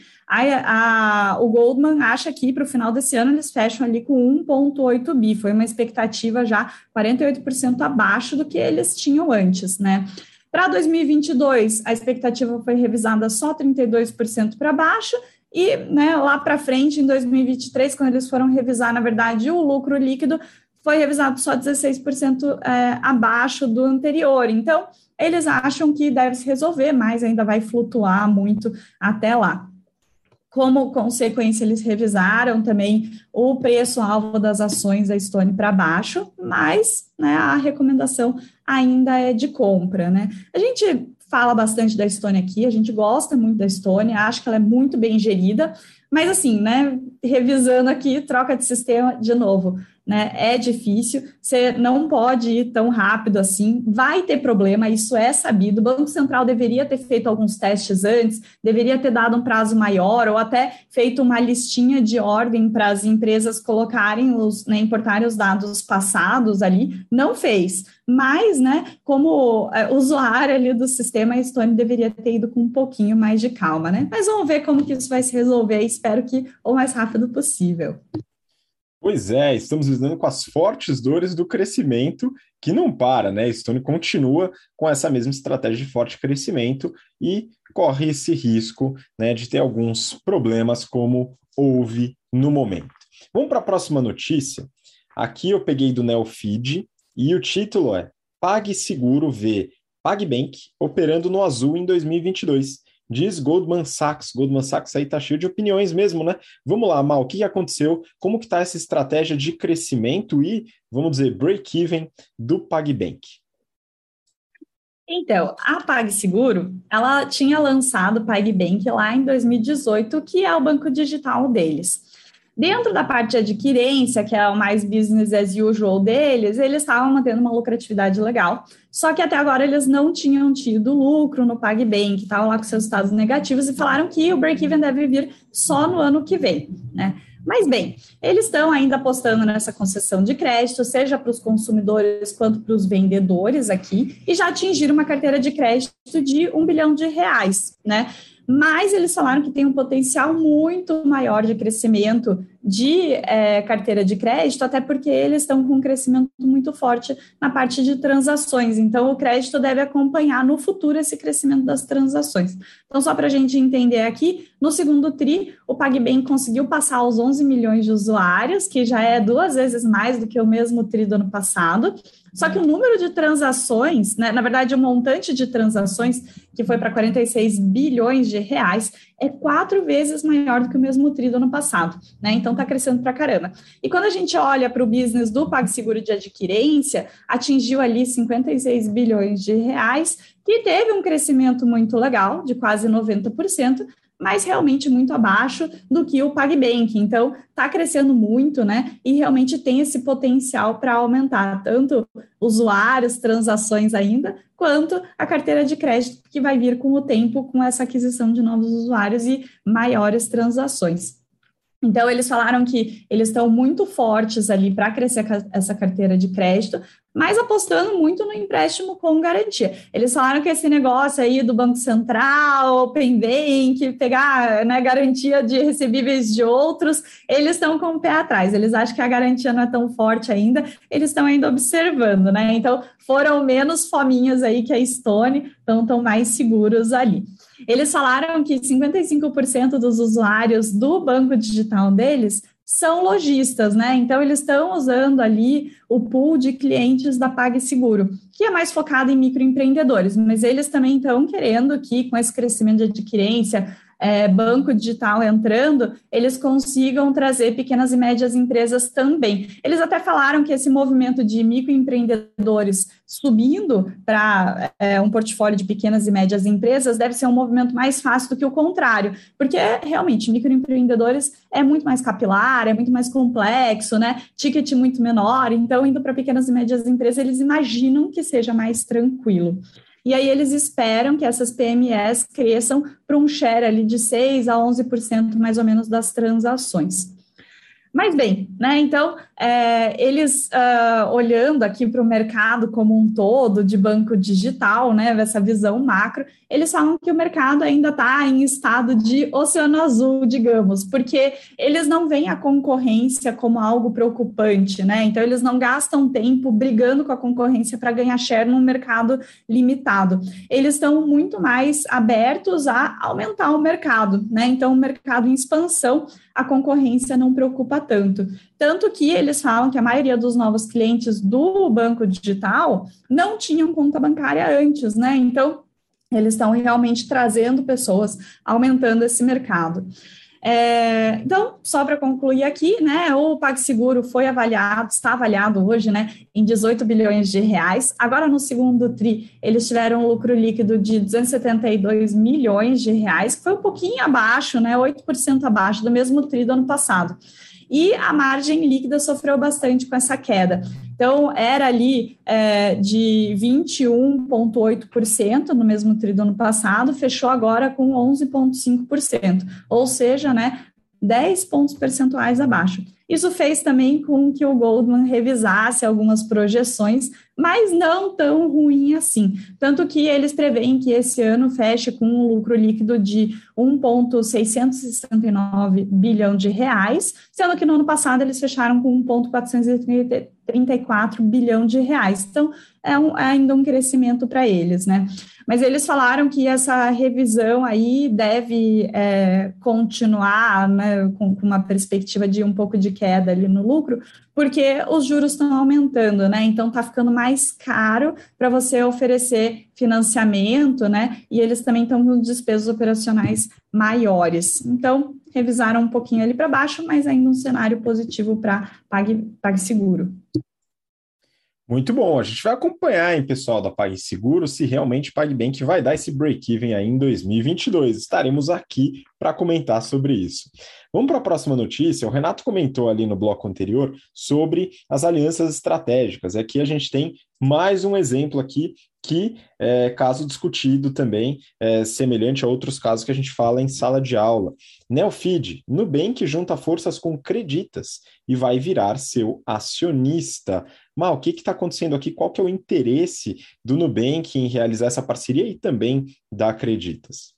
a, a, o Goldman acha que para o final desse ano eles fecham ali com um vírgula oito bi, foi uma expectativa já quarenta e oito por cento abaixo do que eles tinham antes, né. Para dois mil e vinte e dois, a expectativa foi revisada só trinta e dois por cento para baixo, e, né, lá para frente, em dois mil e vinte e três, quando eles foram revisar, na verdade, o lucro líquido, foi revisado só dezesseis por cento é, abaixo do anterior. Então, eles acham que deve se resolver, mas ainda vai flutuar muito até lá. Como consequência, eles revisaram também o preço-alvo das ações da Stone para baixo, mas, né, a recomendação ainda é de compra, né? A gente fala bastante da Stone aqui, a gente gosta muito da Stone, acho que ela é muito bem gerida, mas assim, né, revisando aqui, troca de sistema de novo, né, é difícil, você não pode ir tão rápido assim, vai ter problema, isso é sabido, o Banco Central deveria ter feito alguns testes antes, deveria ter dado um prazo maior, ou até feito uma listinha de ordem para as empresas colocarem, os, né, importarem os dados passados ali, não fez, mas, né, como é, usuário ali do sistema, a Stone deveria ter ido com um pouquinho mais de calma, né, mas vamos ver como que isso vai se resolver, espero que o mais rápido possível. Pois é, estamos lidando com as fortes dores do crescimento, que não para, né? Stone continua com essa mesma estratégia de forte crescimento e corre esse risco, né, de ter alguns problemas como houve no momento. Vamos para a próxima notícia. Aqui eu peguei do Neofeed e o título é PagSeguro vê PagBank operando no azul em dois mil e vinte e dois. Diz Goldman Sachs. Goldman Sachs aí tá cheio de opiniões mesmo, né? Vamos lá, Mal, o que aconteceu? Como que tá essa estratégia de crescimento e, vamos dizer, break-even do PagBank? Então, a PagSeguro, ela tinha lançado o PagBank lá em dois mil e dezoito, que é o banco digital deles. Dentro da parte de adquirência, que é o mais business as usual deles, eles estavam mantendo uma lucratividade legal, só que até agora eles não tinham tido lucro no PagBank, estavam lá com seus estados negativos e falaram que o break-even deve vir só no ano que vem, né? Mas, bem, eles estão ainda apostando nessa concessão de crédito, seja para os consumidores quanto para os vendedores aqui, e já atingiram uma carteira de crédito de um bilhão de reais, né? Mas eles falaram que tem um potencial muito maior de crescimento de é, carteira de crédito, até porque eles estão com um crescimento muito forte na parte de transações, então o crédito deve acompanhar no futuro esse crescimento das transações. Então, só para a gente entender aqui, no segundo tri, o PagBank conseguiu passar os onze milhões de usuários, que já é duas vezes mais do que o mesmo tri do ano passado, só que o número de transações, né, na verdade, o montante de transações, que foi para quarenta e seis bilhões de reais, é quatro vezes maior do que o mesmo tri do ano passado, né? Então, está crescendo para caramba. E quando a gente olha para o business do PagSeguro de adquirência, atingiu ali cinquenta e seis bilhões de reais, que teve um crescimento muito legal, de quase noventa por cento, mas realmente muito abaixo do que o PagBank. Então, está crescendo muito, né? E realmente tem esse potencial para aumentar tanto usuários, transações ainda, quanto a carteira de crédito que vai vir com o tempo, com essa aquisição de novos usuários e maiores transações. Então, eles falaram que eles estão muito fortes ali para crescer essa carteira de crédito, mas apostando muito no empréstimo com garantia. Eles falaram que esse negócio aí do Banco Central, Open Bank, pegar, né, garantia de recebíveis de outros, eles estão com o pé atrás. Eles acham que a garantia não é tão forte ainda, eles estão ainda observando, né? Então, foram menos fominhas aí que a Stone, então estão mais seguros ali. Eles falaram que cinquenta e cinco por cento dos usuários do banco digital deles são lojistas, né? Então, eles estão usando ali o pool de clientes da PagSeguro, que é mais focado em microempreendedores, mas eles também estão querendo que, com esse crescimento de adquirência, é, banco digital entrando, eles consigam trazer pequenas e médias empresas também. Eles até falaram que esse movimento de microempreendedores subindo para é, um portfólio de pequenas e médias empresas deve ser um movimento mais fácil do que o contrário, porque realmente microempreendedores é muito mais capilar, é muito mais complexo, né? Ticket muito menor, então indo para pequenas e médias empresas, eles imaginam que seja mais tranquilo. E aí eles esperam que essas P M Es cresçam para um share ali de seis a onze por cento mais ou menos das transações. Mas bem, né, então, é, eles uh, olhando aqui para o mercado como um todo de banco digital, né, essa visão macro, eles falam que o mercado ainda está em estado de oceano azul, digamos, porque eles não veem a concorrência como algo preocupante, né, então eles não gastam tempo brigando com a concorrência para ganhar share num mercado limitado. Eles estão muito mais abertos a aumentar o mercado, né, então o mercado em expansão, a concorrência não preocupa tanto. Tanto que eles falam que a maioria dos novos clientes do banco digital não tinham conta bancária antes, né? Então, eles estão realmente trazendo pessoas, aumentando esse mercado. É, então, só para concluir aqui, né, o PagSeguro foi avaliado, está avaliado hoje, né, em dezoito bilhões de reais. Agora, no segundo tri, eles tiveram um lucro líquido de duzentos e setenta e dois milhões de reais, que foi um pouquinho abaixo, né, oito por cento abaixo do mesmo tri do ano passado. E a margem líquida sofreu bastante com essa queda. Então, era ali é, de vinte e um vírgula oito por cento no mesmo tri do ano passado, fechou agora com onze vírgula cinco por cento, ou seja, né, dez pontos percentuais abaixo. Isso fez também com que o Goldman revisasse algumas projeções, mas não tão ruim assim. Tanto que eles preveem que esse ano feche com um lucro líquido de um vírgula seiscentos e sessenta e nove bilhão de reais, sendo que no ano passado eles fecharam com um vírgula quatrocentos e trinta e quatro bilhão de reais. Então, é, um, é ainda um crescimento para eles, né? Mas eles falaram que essa revisão aí deve é, continuar, né, com, com uma perspectiva de um pouco de queda ali no lucro, porque os juros estão aumentando, né? Então está ficando mais caro para você oferecer financiamento, né? E eles também estão com despesas operacionais maiores. Então, revisaram um pouquinho ali para baixo, mas ainda um cenário positivo para Pag, PagSeguro. Muito bom, a gente vai acompanhar, hein, pessoal da PagSeguro, se realmente o PagBank vai dar esse break-even aí em dois mil e vinte e dois. Estaremos aqui para comentar sobre isso. Vamos para a próxima notícia. O Renato comentou ali no bloco anterior sobre as alianças estratégicas. Aqui a gente tem mais um exemplo aqui que é caso discutido também, é, semelhante a outros casos que a gente fala em sala de aula. Neofeed, Nubank junta forças com Creditas e vai virar seu acionista. Mal, o que está acontecendo aqui? Qual que é o interesse do Nubank em realizar essa parceria e também da Creditas?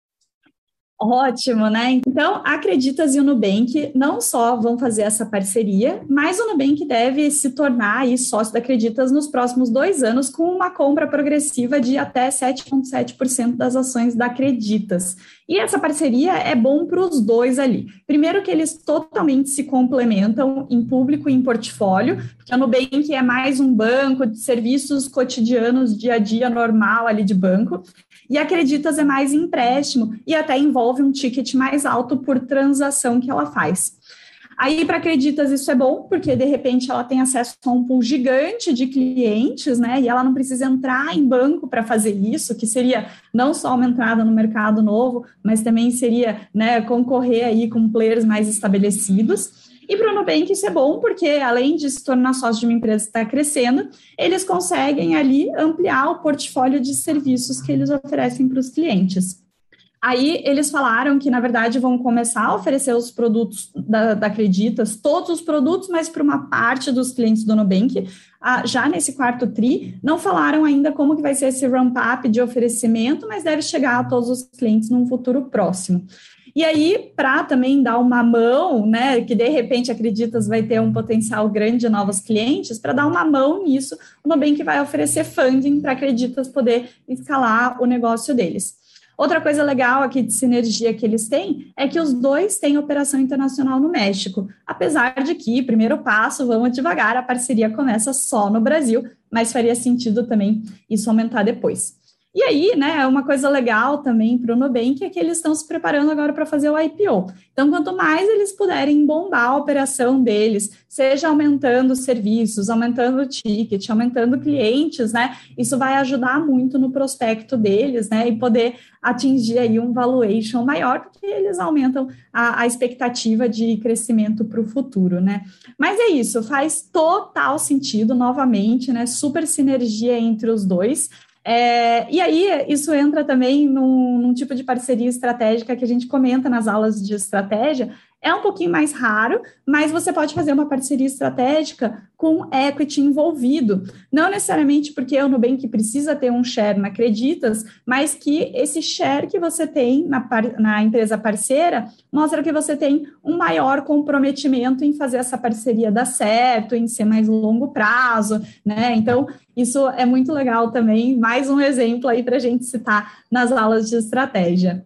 Ótimo, né? Então, a Creditas e o Nubank não só vão fazer essa parceria, mas o Nubank deve se tornar aí sócio da Creditas nos próximos dois anos com uma compra progressiva de até sete vírgula sete por cento das ações da Creditas. E essa parceria é bom para os dois ali. Primeiro que eles totalmente se complementam em público e em portfólio, porque o Nubank é mais um banco de serviços cotidianos, dia a dia normal ali de banco, e a Creditas é mais empréstimo e até envolve um ticket mais alto por transação que ela faz. Aí, para Creditas, isso é bom, porque, de repente, ela tem acesso a um pool gigante de clientes, né, e ela não precisa entrar em banco para fazer isso, que seria não só uma entrada no mercado novo, mas também seria, né, concorrer aí com players mais estabelecidos. E para o Nubank isso é bom, porque além de se tornar sócio de uma empresa que está crescendo, eles conseguem ali ampliar o portfólio de serviços que eles oferecem para os clientes. Aí eles falaram que, na verdade, vão começar a oferecer os produtos da, da Creditas, todos os produtos, mas para uma parte dos clientes do Nubank, ah, já nesse quarto tri. Não falaram ainda como que vai ser esse ramp-up de oferecimento, mas deve chegar a todos os clientes num futuro próximo. E aí, para também dar uma mão, né, que de repente a Creditas vai ter um potencial grande de novos clientes, para dar uma mão nisso, o Nubank vai oferecer funding para a Creditas poder escalar o negócio deles. Outra coisa legal aqui de sinergia que eles têm é que os dois têm operação internacional no México, apesar de que, primeiro passo, vamos devagar, a parceria começa só no Brasil, mas faria sentido também isso aumentar depois. E aí, né, uma coisa legal também para o Nubank é que eles estão se preparando agora para fazer o I P O. Então, quanto mais eles puderem bombar a operação deles, seja aumentando serviços, aumentando o ticket, aumentando clientes, né, isso vai ajudar muito no prospecto deles, né, e poder atingir aí um valuation maior, porque eles aumentam a, a expectativa de crescimento para o futuro, né. Mas é isso, faz total sentido, novamente, né, super sinergia entre os dois. É, e aí, isso entra também num, num tipo de parceria estratégica que a gente comenta nas aulas de estratégia. É um pouquinho mais raro, mas você pode fazer uma parceria estratégica com equity envolvido. Não necessariamente porque o Nubank precisa ter um share na Creditas, mas que esse share que você tem na, par, na empresa parceira mostra que você tem um maior comprometimento em fazer essa parceria dar certo, em ser mais longo prazo, né? Então, isso é muito legal também. Mais um exemplo aí para a gente citar nas aulas de estratégia.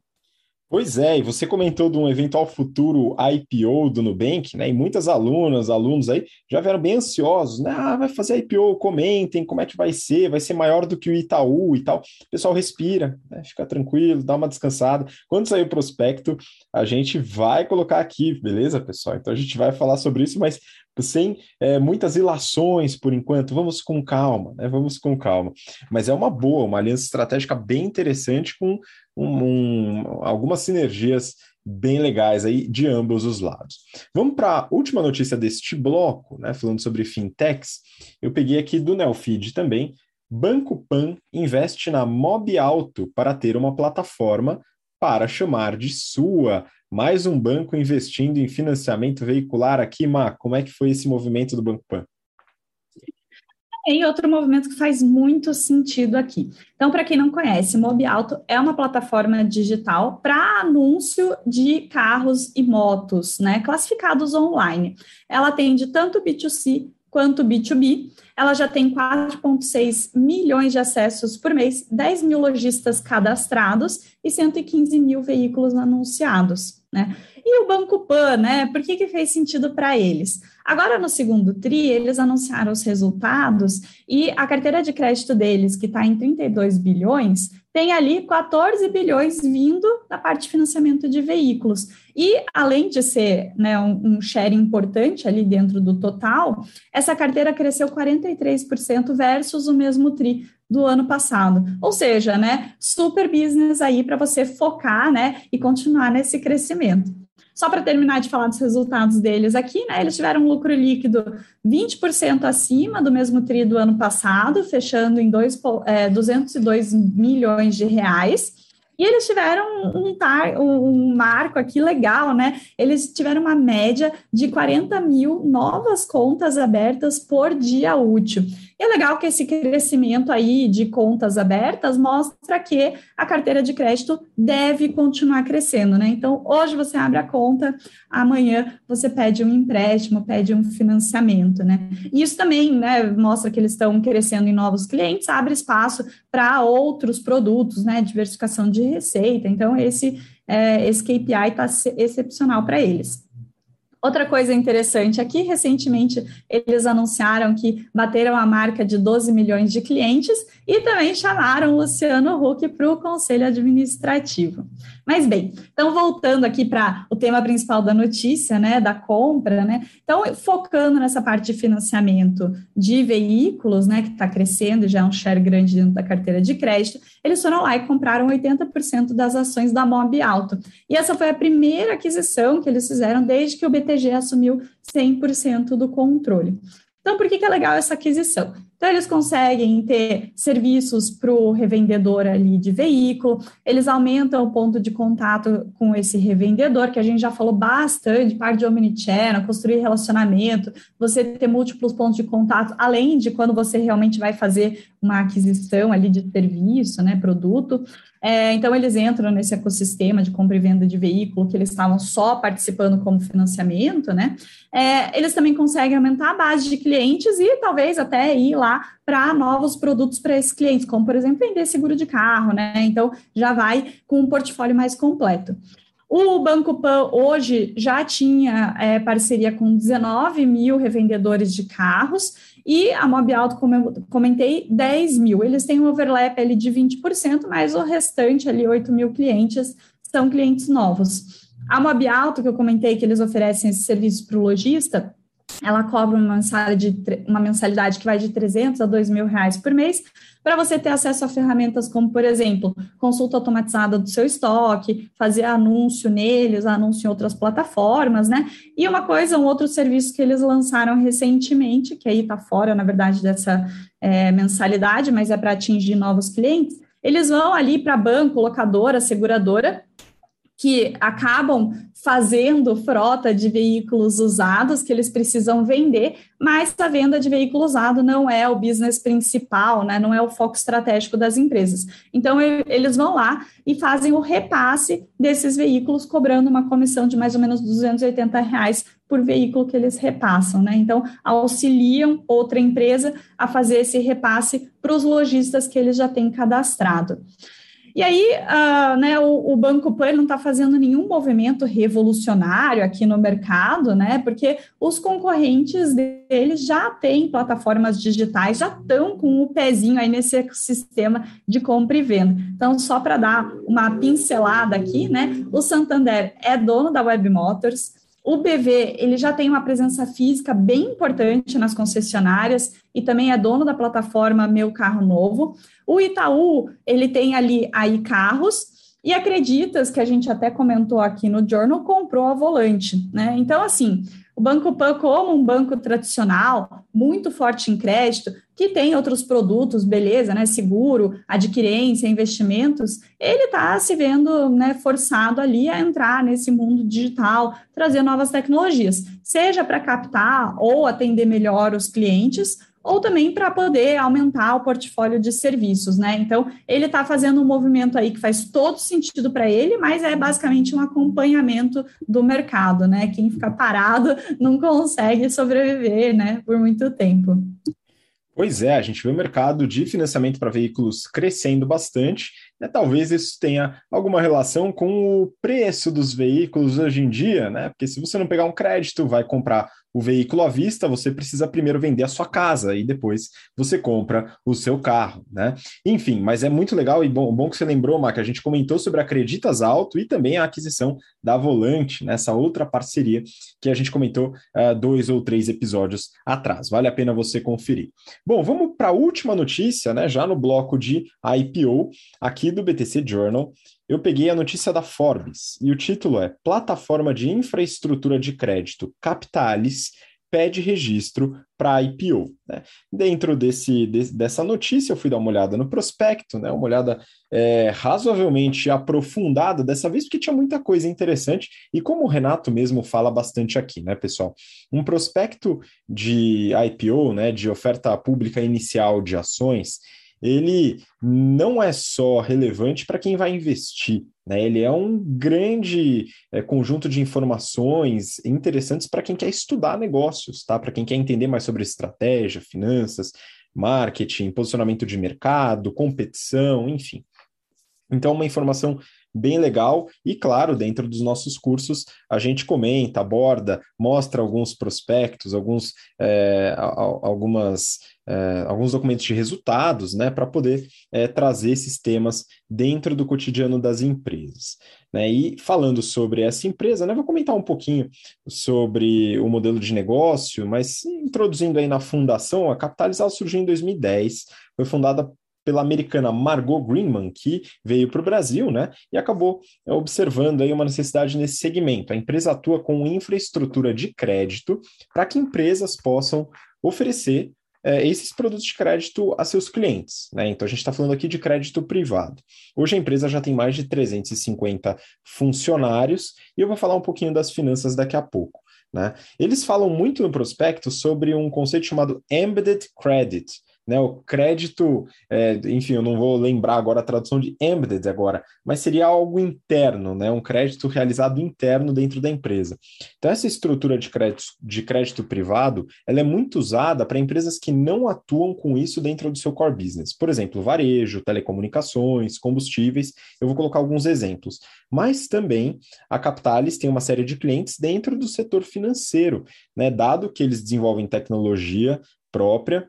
Pois é, e você comentou de um eventual futuro I P O do Nubank, né? E muitas alunas, alunos aí já vieram bem ansiosos, né? Ah, vai fazer I P O, comentem como é que vai ser, vai ser maior do que o Itaú e tal. O pessoal respira, né? Fica tranquilo, dá uma descansada. Quando sair o prospecto, a gente vai colocar aqui, beleza, pessoal? Então a gente vai falar sobre isso, mas sem é, muitas ilações por enquanto, vamos com calma, né? Vamos com calma. Mas é uma boa, uma aliança estratégica bem interessante com um, um, algumas sinergias bem legais aí de ambos os lados. Vamos para a última notícia deste bloco, né? Falando sobre fintechs, eu peguei aqui do Neofeed também. Banco Pan investe na Mobiauto para ter uma plataforma para chamar de sua. Mais um banco investindo em financiamento veicular aqui, Má. Como é que foi esse movimento do Banco Pan? E outro movimento que faz muito sentido aqui. Então, para quem não conhece, Mobiauto é uma plataforma digital para anúncio de carros e motos, né, classificados online. Ela atende tanto B dois C quanto B dois B. Ela já tem quatro vírgula seis milhões de acessos por mês, dez mil lojistas cadastrados e cento e quinze mil veículos anunciados, né? E o Banco Pan, né? Por que que fez sentido para eles? Agora, no segundo tri, eles anunciaram os resultados e a carteira de crédito deles, que está em trinta e dois bilhões, tem ali quatorze bilhões vindo da parte de financiamento de veículos. E, além de ser, né, um, um share importante ali dentro do total, essa carteira cresceu quarenta e três por cento versus o mesmo tri do ano passado. Ou seja, né, super business aí para você focar, né, e continuar nesse crescimento. Só para terminar de falar dos resultados deles aqui, né, eles tiveram um lucro líquido vinte por cento acima do mesmo tri do ano passado, fechando em dois, é, duzentos e dois milhões de reais. E eles tiveram um, tar, um marco aqui legal, né? Eles tiveram uma média de quarenta mil novas contas abertas por dia útil. E é legal que esse crescimento aí de contas abertas mostra que a carteira de crédito deve continuar crescendo, né? Então, hoje você abre a conta, amanhã você pede um empréstimo, pede um financiamento, né? E isso também, né, mostra que eles estão crescendo em novos clientes, abre espaço para outros produtos, né? Diversificação de receita. Então, esse, é, esse K P I está excepcional para eles. Outra coisa interessante aqui, recentemente eles anunciaram que bateram a marca de doze milhões de clientes e também chamaram o Luciano Huck para o conselho administrativo. Mas bem, então voltando aqui para o tema principal da notícia, né, da compra, né, então focando nessa parte de financiamento de veículos, né, que está crescendo, já é um share grande dentro da carteira de crédito, eles foram lá e compraram oitenta por cento das ações da Mobiauto. E essa foi a primeira aquisição que eles fizeram desde que o B T G assumiu cem por cento do controle. Então, por que que é legal essa aquisição? Então, eles conseguem ter serviços para o revendedor ali de veículo, eles aumentam o ponto de contato com esse revendedor, que a gente já falou bastante, parte de omnichannel, construir relacionamento, você ter múltiplos pontos de contato, além de quando você realmente vai fazer uma aquisição ali de serviço, né, produto. É, então, eles entram nesse ecossistema de compra e venda de veículo, que eles estavam só participando como financiamento, né? É, eles também conseguem aumentar a base de clientes e talvez até ir lá para novos produtos para esses clientes, como, por exemplo, vender seguro de carro, né? Então, já vai com um portfólio mais completo. O Banco Pan hoje já tinha é, parceria com dezenove mil revendedores de carros e a Mobiauto, como eu comentei, dez mil. Eles têm um overlap ali de vinte por cento, mas o restante ali, oito mil clientes, são clientes novos. A Mobiauto, que eu comentei que eles oferecem esse serviço para o lojista, ela cobra uma mensalidade, uma mensalidade que vai de trezentos a dois mil reais por mês, para você ter acesso a ferramentas como, por exemplo, consulta automatizada do seu estoque, fazer anúncio neles, anúncio em outras plataformas, né? E uma coisa, um outro serviço que eles lançaram recentemente, que aí está fora, na verdade, dessa é, mensalidade, mas é para atingir novos clientes, eles vão ali para banco, locadora, seguradora, que acabam fazendo frota de veículos usados que eles precisam vender, mas a venda de veículo usado não é o business principal, né, não é o foco estratégico das empresas. Então, eles vão lá e fazem o repasse desses veículos, cobrando uma comissão de mais ou menos duzentos e oitenta reais por veículo que eles repassam, né? Então, auxiliam outra empresa a fazer esse repasse para os lojistas que eles já têm cadastrado. E aí, uh, né, o, o Banco Pan não está fazendo nenhum movimento revolucionário aqui no mercado, né, porque os concorrentes deles já têm plataformas digitais, já estão com o pezinho aí nesse ecossistema de compra e venda. Então, só para dar uma pincelada aqui, né, o Santander é dono da Web Motors. O B V, ele já tem uma presença física bem importante nas concessionárias e também é dono da plataforma Meu Carro Novo. O Itaú, ele tem ali a iCarros e a Creditas, que a gente até comentou aqui no Journal, comprou a Volante, né? Então, assim, o Banco Pan, como um banco tradicional, muito forte em crédito, que tem outros produtos, beleza, né, seguro, adquirência, investimentos, ele está se vendo, né, forçado ali a entrar nesse mundo digital, trazer novas tecnologias, seja para captar ou atender melhor os clientes, ou também para poder aumentar o portfólio de serviços, né? Então, ele está fazendo um movimento aí que faz todo sentido para ele, mas é basicamente um acompanhamento do mercado, né? Quem fica parado não consegue sobreviver, né, por muito tempo. Pois é, a gente vê o mercado de financiamento para veículos crescendo bastante, né? Talvez isso tenha alguma relação com o preço dos veículos hoje em dia, né? Porque se você não pegar um crédito, vai comprar o veículo à vista, você precisa primeiro vender a sua casa e depois você compra o seu carro, né? Enfim, mas é muito legal e bom, bom que você lembrou, Mar, que a gente comentou sobre a Creditas Auto e também a aquisição da Volante, nessa outra parceria que a gente comentou uh, dois ou três episódios atrás. Vale a pena você conferir. Bom, vamos para a última notícia, né? Já no bloco de I P O, aqui do B T C Journal. Eu peguei a notícia da Forbes e o título é Plataforma de Infraestrutura de Crédito Capitalis pede registro para I P O. Né? Dentro desse, de, dessa notícia, eu fui dar uma olhada no prospecto, né? Uma olhada é, razoavelmente aprofundada dessa vez, porque tinha muita coisa interessante, e como o Renato mesmo fala bastante aqui, né, pessoal? Um prospecto de I P O, né, de oferta pública inicial de ações, ele não é só relevante para quem vai investir, né? Ele é um grande é, conjunto de informações interessantes para quem quer estudar negócios, tá? Para quem quer entender mais sobre estratégia, finanças, marketing, posicionamento de mercado, competição, enfim. Então, uma informação bem legal. E, claro, dentro dos nossos cursos, a gente comenta, aborda, mostra alguns prospectos, alguns, é, algumas, é, alguns documentos de resultados, né, para poder é, trazer esses temas dentro do cotidiano das empresas. Né? E falando sobre essa empresa, né, vou comentar um pouquinho sobre o modelo de negócio, mas introduzindo aí na fundação, a Captalis surgiu em dois mil e dez, foi fundada pela americana Margot Greenman, que veio para o Brasil, né, e acabou observando aí uma necessidade nesse segmento. A empresa atua com infraestrutura de crédito para que empresas possam oferecer é, esses produtos de crédito a seus clientes, né? Então a gente está falando aqui de crédito privado. Hoje a empresa já tem mais de trezentos e cinquenta funcionários e eu vou falar um pouquinho das finanças daqui a pouco. Né? Eles falam muito no prospecto sobre um conceito chamado Embedded Credit, né? O crédito, é, enfim, eu não vou lembrar agora a tradução de embedded agora, mas seria algo interno, né? Um crédito realizado interno dentro da empresa. Então, essa estrutura de crédito, de crédito privado, ela é muito usada para empresas que não atuam com isso dentro do seu core business. Por exemplo, varejo, telecomunicações, combustíveis, eu vou colocar alguns exemplos. Mas também a Captalis tem uma série de clientes dentro do setor financeiro, né? Dado que eles desenvolvem tecnologia própria,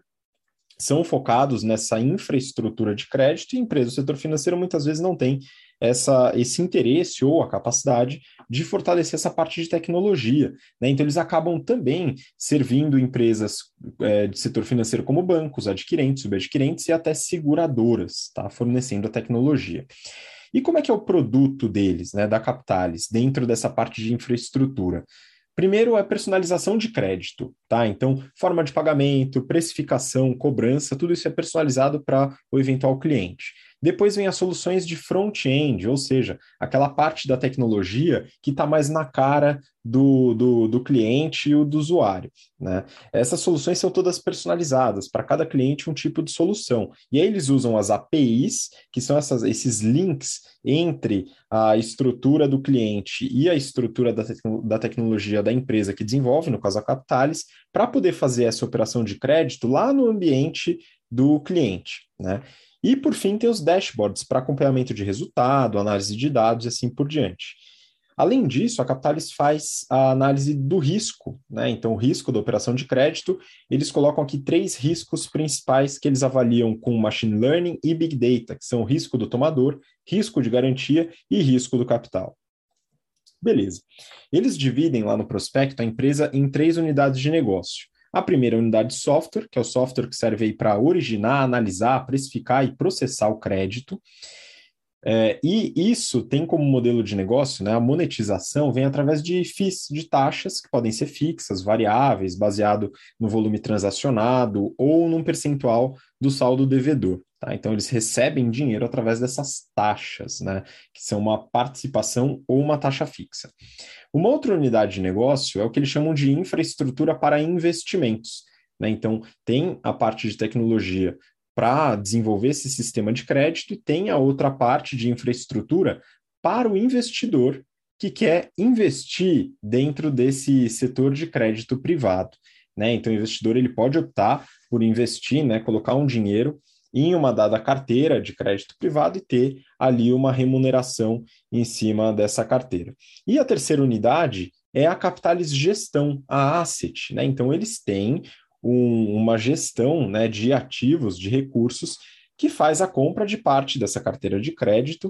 são focados nessa infraestrutura de crédito e empresas do setor financeiro muitas vezes não têm essa, esse interesse ou a capacidade de fortalecer essa parte de tecnologia. Né? Então, eles acabam também servindo empresas é, de setor financeiro como bancos, adquirentes, subadquirentes e até seguradoras, tá? Fornecendo a tecnologia. E como é que é o produto deles, né, da Captalis, dentro dessa parte de infraestrutura? Primeiro é personalização de crédito, tá? Então, forma de pagamento, precificação, cobrança, tudo isso é personalizado para o eventual cliente. Depois vem as soluções de front-end, ou seja, aquela parte da tecnologia que está mais na cara do, do, do cliente e do usuário. Né? Essas soluções são todas personalizadas, para cada cliente um tipo de solução. E aí eles usam as A P Is, que são essas, esses links entre a estrutura do cliente e a estrutura da, tecno, da tecnologia da empresa que desenvolve, no caso a Captalis, para poder fazer essa operação de crédito lá no ambiente do cliente. Né? E, por fim, tem os dashboards para acompanhamento de resultado, análise de dados e assim por diante. Além disso, a Captalis faz a análise do risco, né? Então, o risco da operação de crédito, eles colocam aqui três riscos principais que eles avaliam com Machine Learning e Big Data, que são o risco do tomador, risco de garantia e risco do capital. Beleza. Eles dividem lá no prospecto a empresa em três unidades de negócio. A primeira unidade de software, que é o software que serve aí para originar, analisar, precificar e processar o crédito. É, e isso tem como modelo de negócio, né, a monetização vem através de fees, de taxas, que podem ser fixas, variáveis, baseado no volume transacionado ou num percentual do saldo devedor. Tá? Então, eles recebem dinheiro através dessas taxas, né, que são uma participação ou uma taxa fixa. Uma outra unidade de negócio é o que eles chamam de infraestrutura para investimentos. Né? Então, tem a parte de tecnologia para desenvolver esse sistema de crédito e tem a outra parte de infraestrutura para o investidor que quer investir dentro desse setor de crédito privado. Né? Então, o investidor ele pode optar por investir, né, colocar um dinheiro em uma dada carteira de crédito privado e ter ali uma remuneração em cima dessa carteira. E a terceira unidade é a Captalis Gestão, a Asset. Né? Então, eles têm um, uma gestão, né, de ativos, de recursos, que faz a compra de parte dessa carteira de crédito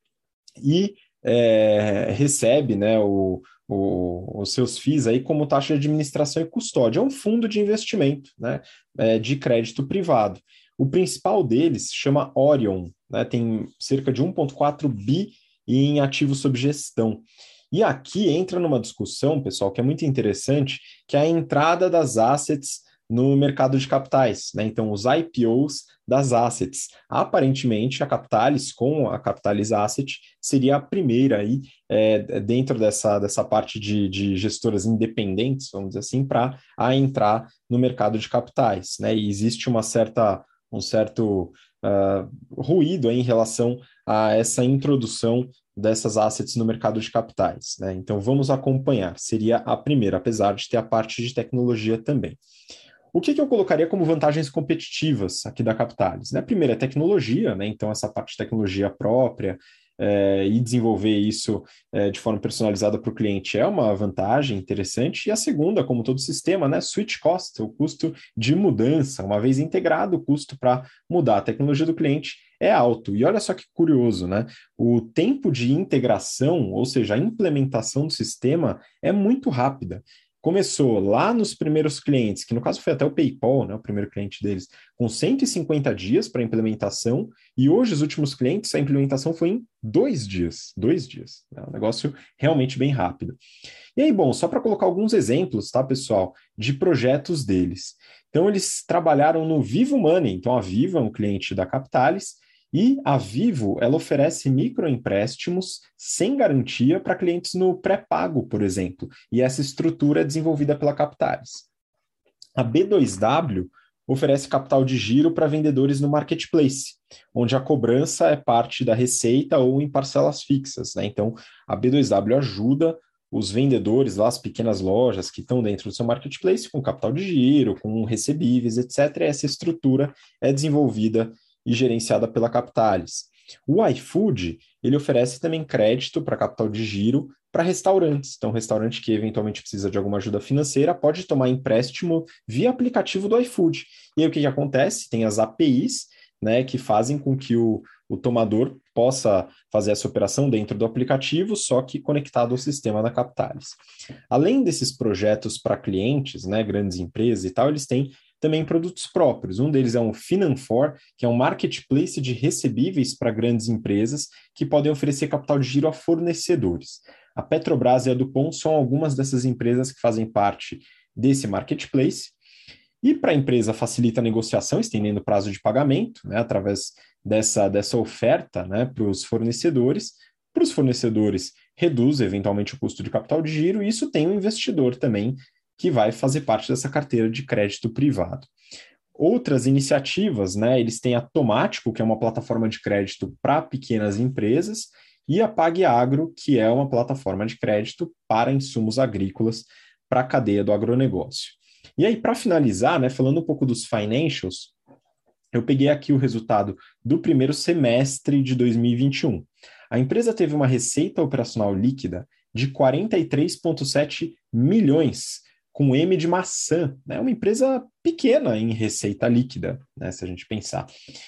e é, recebe, né, o, o, os seus fees aí como taxa de administração e custódia. É um fundo de investimento, né, é, de crédito privado. O principal deles chama Orion, né, tem cerca de um vírgula quatro bi em ativos sob gestão. E aqui entra numa discussão, pessoal, que é muito interessante, que é a entrada das assets no mercado de capitais, né? Então, os I P Os das assets. Aparentemente, a Captalis, com a Captalis Asset, seria a primeira aí, é, dentro dessa, dessa parte de, de gestoras independentes, vamos dizer assim, para a entrar no mercado de capitais, né? E existe uma certa, um certo uh, ruído aí em relação a essa introdução dessas assets no mercado de capitais, né? Então, vamos acompanhar. Seria a primeira, apesar de ter a parte de tecnologia também. O que, que eu colocaria como vantagens competitivas aqui da Captalis? Né? A primeira é tecnologia, né? Então essa parte de tecnologia própria, é, e desenvolver isso é, de forma personalizada para o cliente é uma vantagem interessante. E a segunda, como todo sistema, né, switch cost, o custo de mudança, uma vez integrado, o custo para mudar a tecnologia do cliente é alto. E olha só que curioso, né? O tempo de integração, ou seja, a implementação do sistema, é muito rápida. Começou lá nos primeiros clientes, que no caso foi até o PayPal, né, o primeiro cliente deles, com cento e cinquenta dias para implementação, e hoje os últimos clientes, a implementação foi em dois dias. Dois dias. É um negócio realmente bem rápido. E aí, bom, só para colocar alguns exemplos, tá, pessoal, de projetos deles. Então, eles trabalharam no Vivo Money. Então, a Vivo é um cliente da Capitalis, e a Vivo, ela oferece microempréstimos sem garantia para clientes no pré-pago, por exemplo, e essa estrutura é desenvolvida pela Capitalis. A B dois W oferece capital de giro para vendedores no marketplace, onde a cobrança é parte da receita ou em parcelas fixas, né? Então, a B dois W ajuda os vendedores lá, as pequenas lojas que estão dentro do seu marketplace, com capital de giro, com recebíveis, etcétera. E essa estrutura é desenvolvida e gerenciada pela Capitalis. O iFood, ele oferece também crédito para capital de giro para restaurantes. Então, restaurante que eventualmente precisa de alguma ajuda financeira pode tomar empréstimo via aplicativo do iFood. E aí o que, que acontece? Tem as A P Is, né, que fazem com que o, o tomador possa fazer essa operação dentro do aplicativo, só que conectado ao sistema da Capitalis. Além desses projetos para clientes, né, grandes empresas e tal, eles têm também produtos próprios. Um deles é um Finanfor, que é um marketplace de recebíveis para grandes empresas que podem oferecer capital de giro a fornecedores. A Petrobras e a Dupont são algumas dessas empresas que fazem parte desse marketplace. E para a empresa facilita a negociação, estendendo o prazo de pagamento, né, através dessa, dessa oferta, né, para os fornecedores. Para os fornecedores, reduz eventualmente o custo de capital de giro, e isso tem um investidor também que vai fazer parte dessa carteira de crédito privado. Outras iniciativas, né, eles têm a Tomático, que é uma plataforma de crédito para pequenas empresas, e a PagAgro, que é uma plataforma de crédito para insumos agrícolas para a cadeia do agronegócio. E aí, para finalizar, né, falando um pouco dos financials, eu peguei aqui o resultado do primeiro semestre de dois mil e vinte e um. A empresa teve uma receita operacional líquida de quarenta e três vírgula sete milhões, com M de maçã, né? Uma empresa pequena em receita líquida, né, se a gente pensar.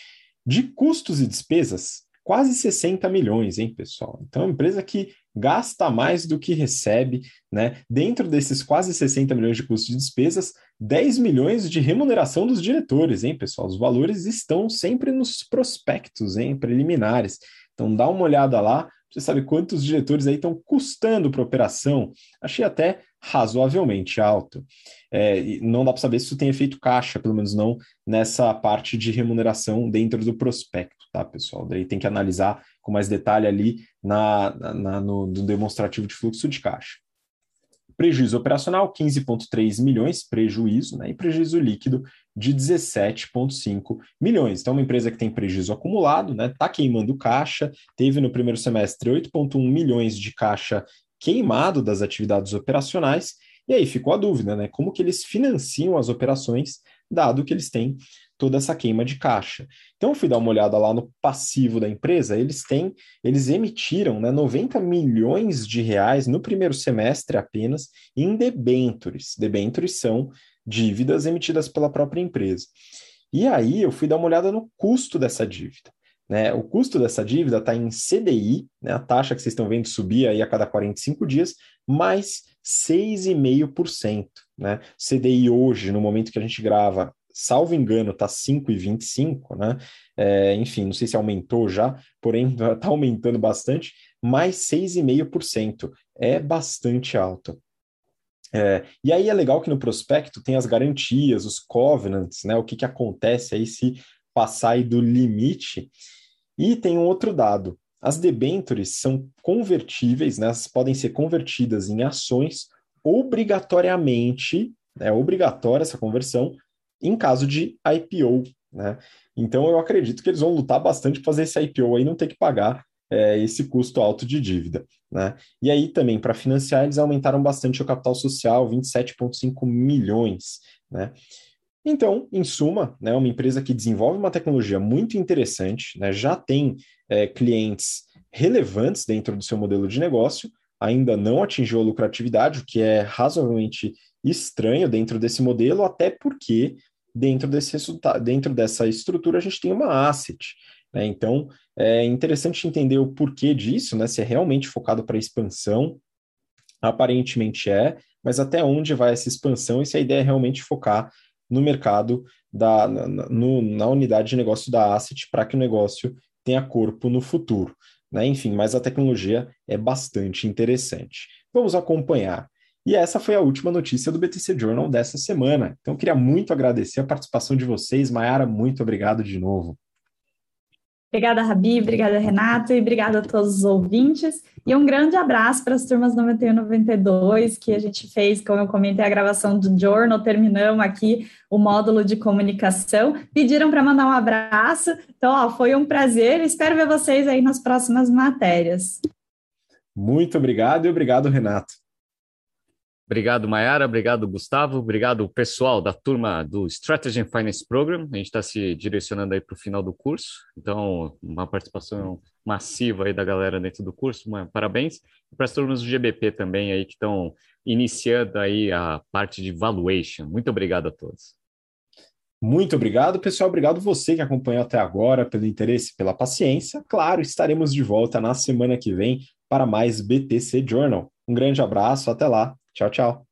De custos e despesas, quase sessenta milhões, hein, pessoal? Então, é uma empresa que gasta mais do que recebe, né? Dentro desses quase sessenta milhões de custos e despesas, dez milhões de remuneração dos diretores, hein, pessoal? Os valores estão sempre nos prospectos, hein, preliminares. Então, dá uma olhada lá, você sabe quantos diretores aí estão custando para a operação. Achei até razoavelmente alto. É, não dá para saber se isso tem efeito caixa, pelo menos não nessa parte de remuneração dentro do prospecto, tá, pessoal? Daí tem que analisar com mais detalhe ali na, na, no, no demonstrativo de fluxo de caixa. Prejuízo operacional, quinze vírgula três milhões, prejuízo, né? E prejuízo líquido de dezessete vírgula cinco milhões. Então, uma empresa que tem prejuízo acumulado, né? Está queimando caixa, teve no primeiro semestre oito vírgula um milhões de caixa queimado das atividades operacionais, e aí ficou a dúvida, né? Como que eles financiam as operações, dado que eles têm toda essa queima de caixa. Então, eu fui dar uma olhada lá no passivo da empresa, eles têm, eles emitiram, né, noventa milhões de reais no primeiro semestre apenas em debêntures. Debêntures são dívidas emitidas pela própria empresa. E aí, eu fui dar uma olhada no custo dessa dívida. Né? O custo dessa dívida está em C D I, né, a taxa que vocês estão vendo subir aí a cada quarenta e cinco dias, mais seis vírgula cinco por cento. Né? C D I hoje, no momento que a gente grava, salvo engano, está cinco vírgula vinte e cinco, né? É, enfim, não sei se aumentou já, porém está aumentando bastante, mais seis vírgula cinco por cento. É bastante alto. É, e aí é legal que no prospecto tem as garantias, os covenants, né? O que, que acontece aí se passar aí do limite. E tem um outro dado. As debêntures são convertíveis, né? Elas podem ser convertidas em ações obrigatoriamente, é obrigatória essa conversão, em caso de I P O, né? Então, eu acredito que eles vão lutar bastante para fazer esse I P O aí não ter que pagar é, esse custo alto de dívida, né? E aí, também, para financiar, eles aumentaram bastante o capital social, vinte e sete vírgula cinco milhões, né? Então, em suma, né, uma empresa que desenvolve uma tecnologia muito interessante, né, já tem é, clientes relevantes dentro do seu modelo de negócio, ainda não atingiu a lucratividade, o que é razoavelmente estranho dentro desse modelo, até porque dentro desse resultado, dentro dessa estrutura a gente tem uma asset, né? Então é interessante entender o porquê disso, né? Se é realmente focado para expansão, aparentemente é, mas até onde vai essa expansão e se a ideia é realmente focar no mercado, da, na, no, na unidade de negócio da asset para que o negócio tenha corpo no futuro, né? Enfim, mas a tecnologia é bastante interessante. Vamos acompanhar. E essa foi a última notícia do B T C Journal dessa semana. Então, eu queria muito agradecer a participação de vocês. Mayara, muito obrigado de novo. Obrigada, Rabi, obrigada, Renato, e obrigada a todos os ouvintes. E um grande abraço para as turmas noventa e um e noventa e dois, que a gente fez, como eu comentei, a gravação do Journal, terminamos aqui o módulo de comunicação. Pediram para mandar um abraço, então ó, foi um prazer, espero ver vocês aí nas próximas matérias. Muito obrigado e obrigado, Renato. Obrigado, Mayara. Obrigado, Gustavo. Obrigado, pessoal da turma do Strategy and Finance Program. A gente está se direcionando aí para o final do curso. Então, uma participação massiva aí da galera dentro do curso. Uma, parabéns. E para as turmas do G B P também aí que estão iniciando aí a parte de valuation. Muito obrigado a todos. Muito obrigado, pessoal. Obrigado você que acompanhou até agora, pelo interesse, pela paciência. Claro, estaremos de volta na semana que vem para mais B T C Journal. Um grande abraço. Até lá. Tchau, tchau.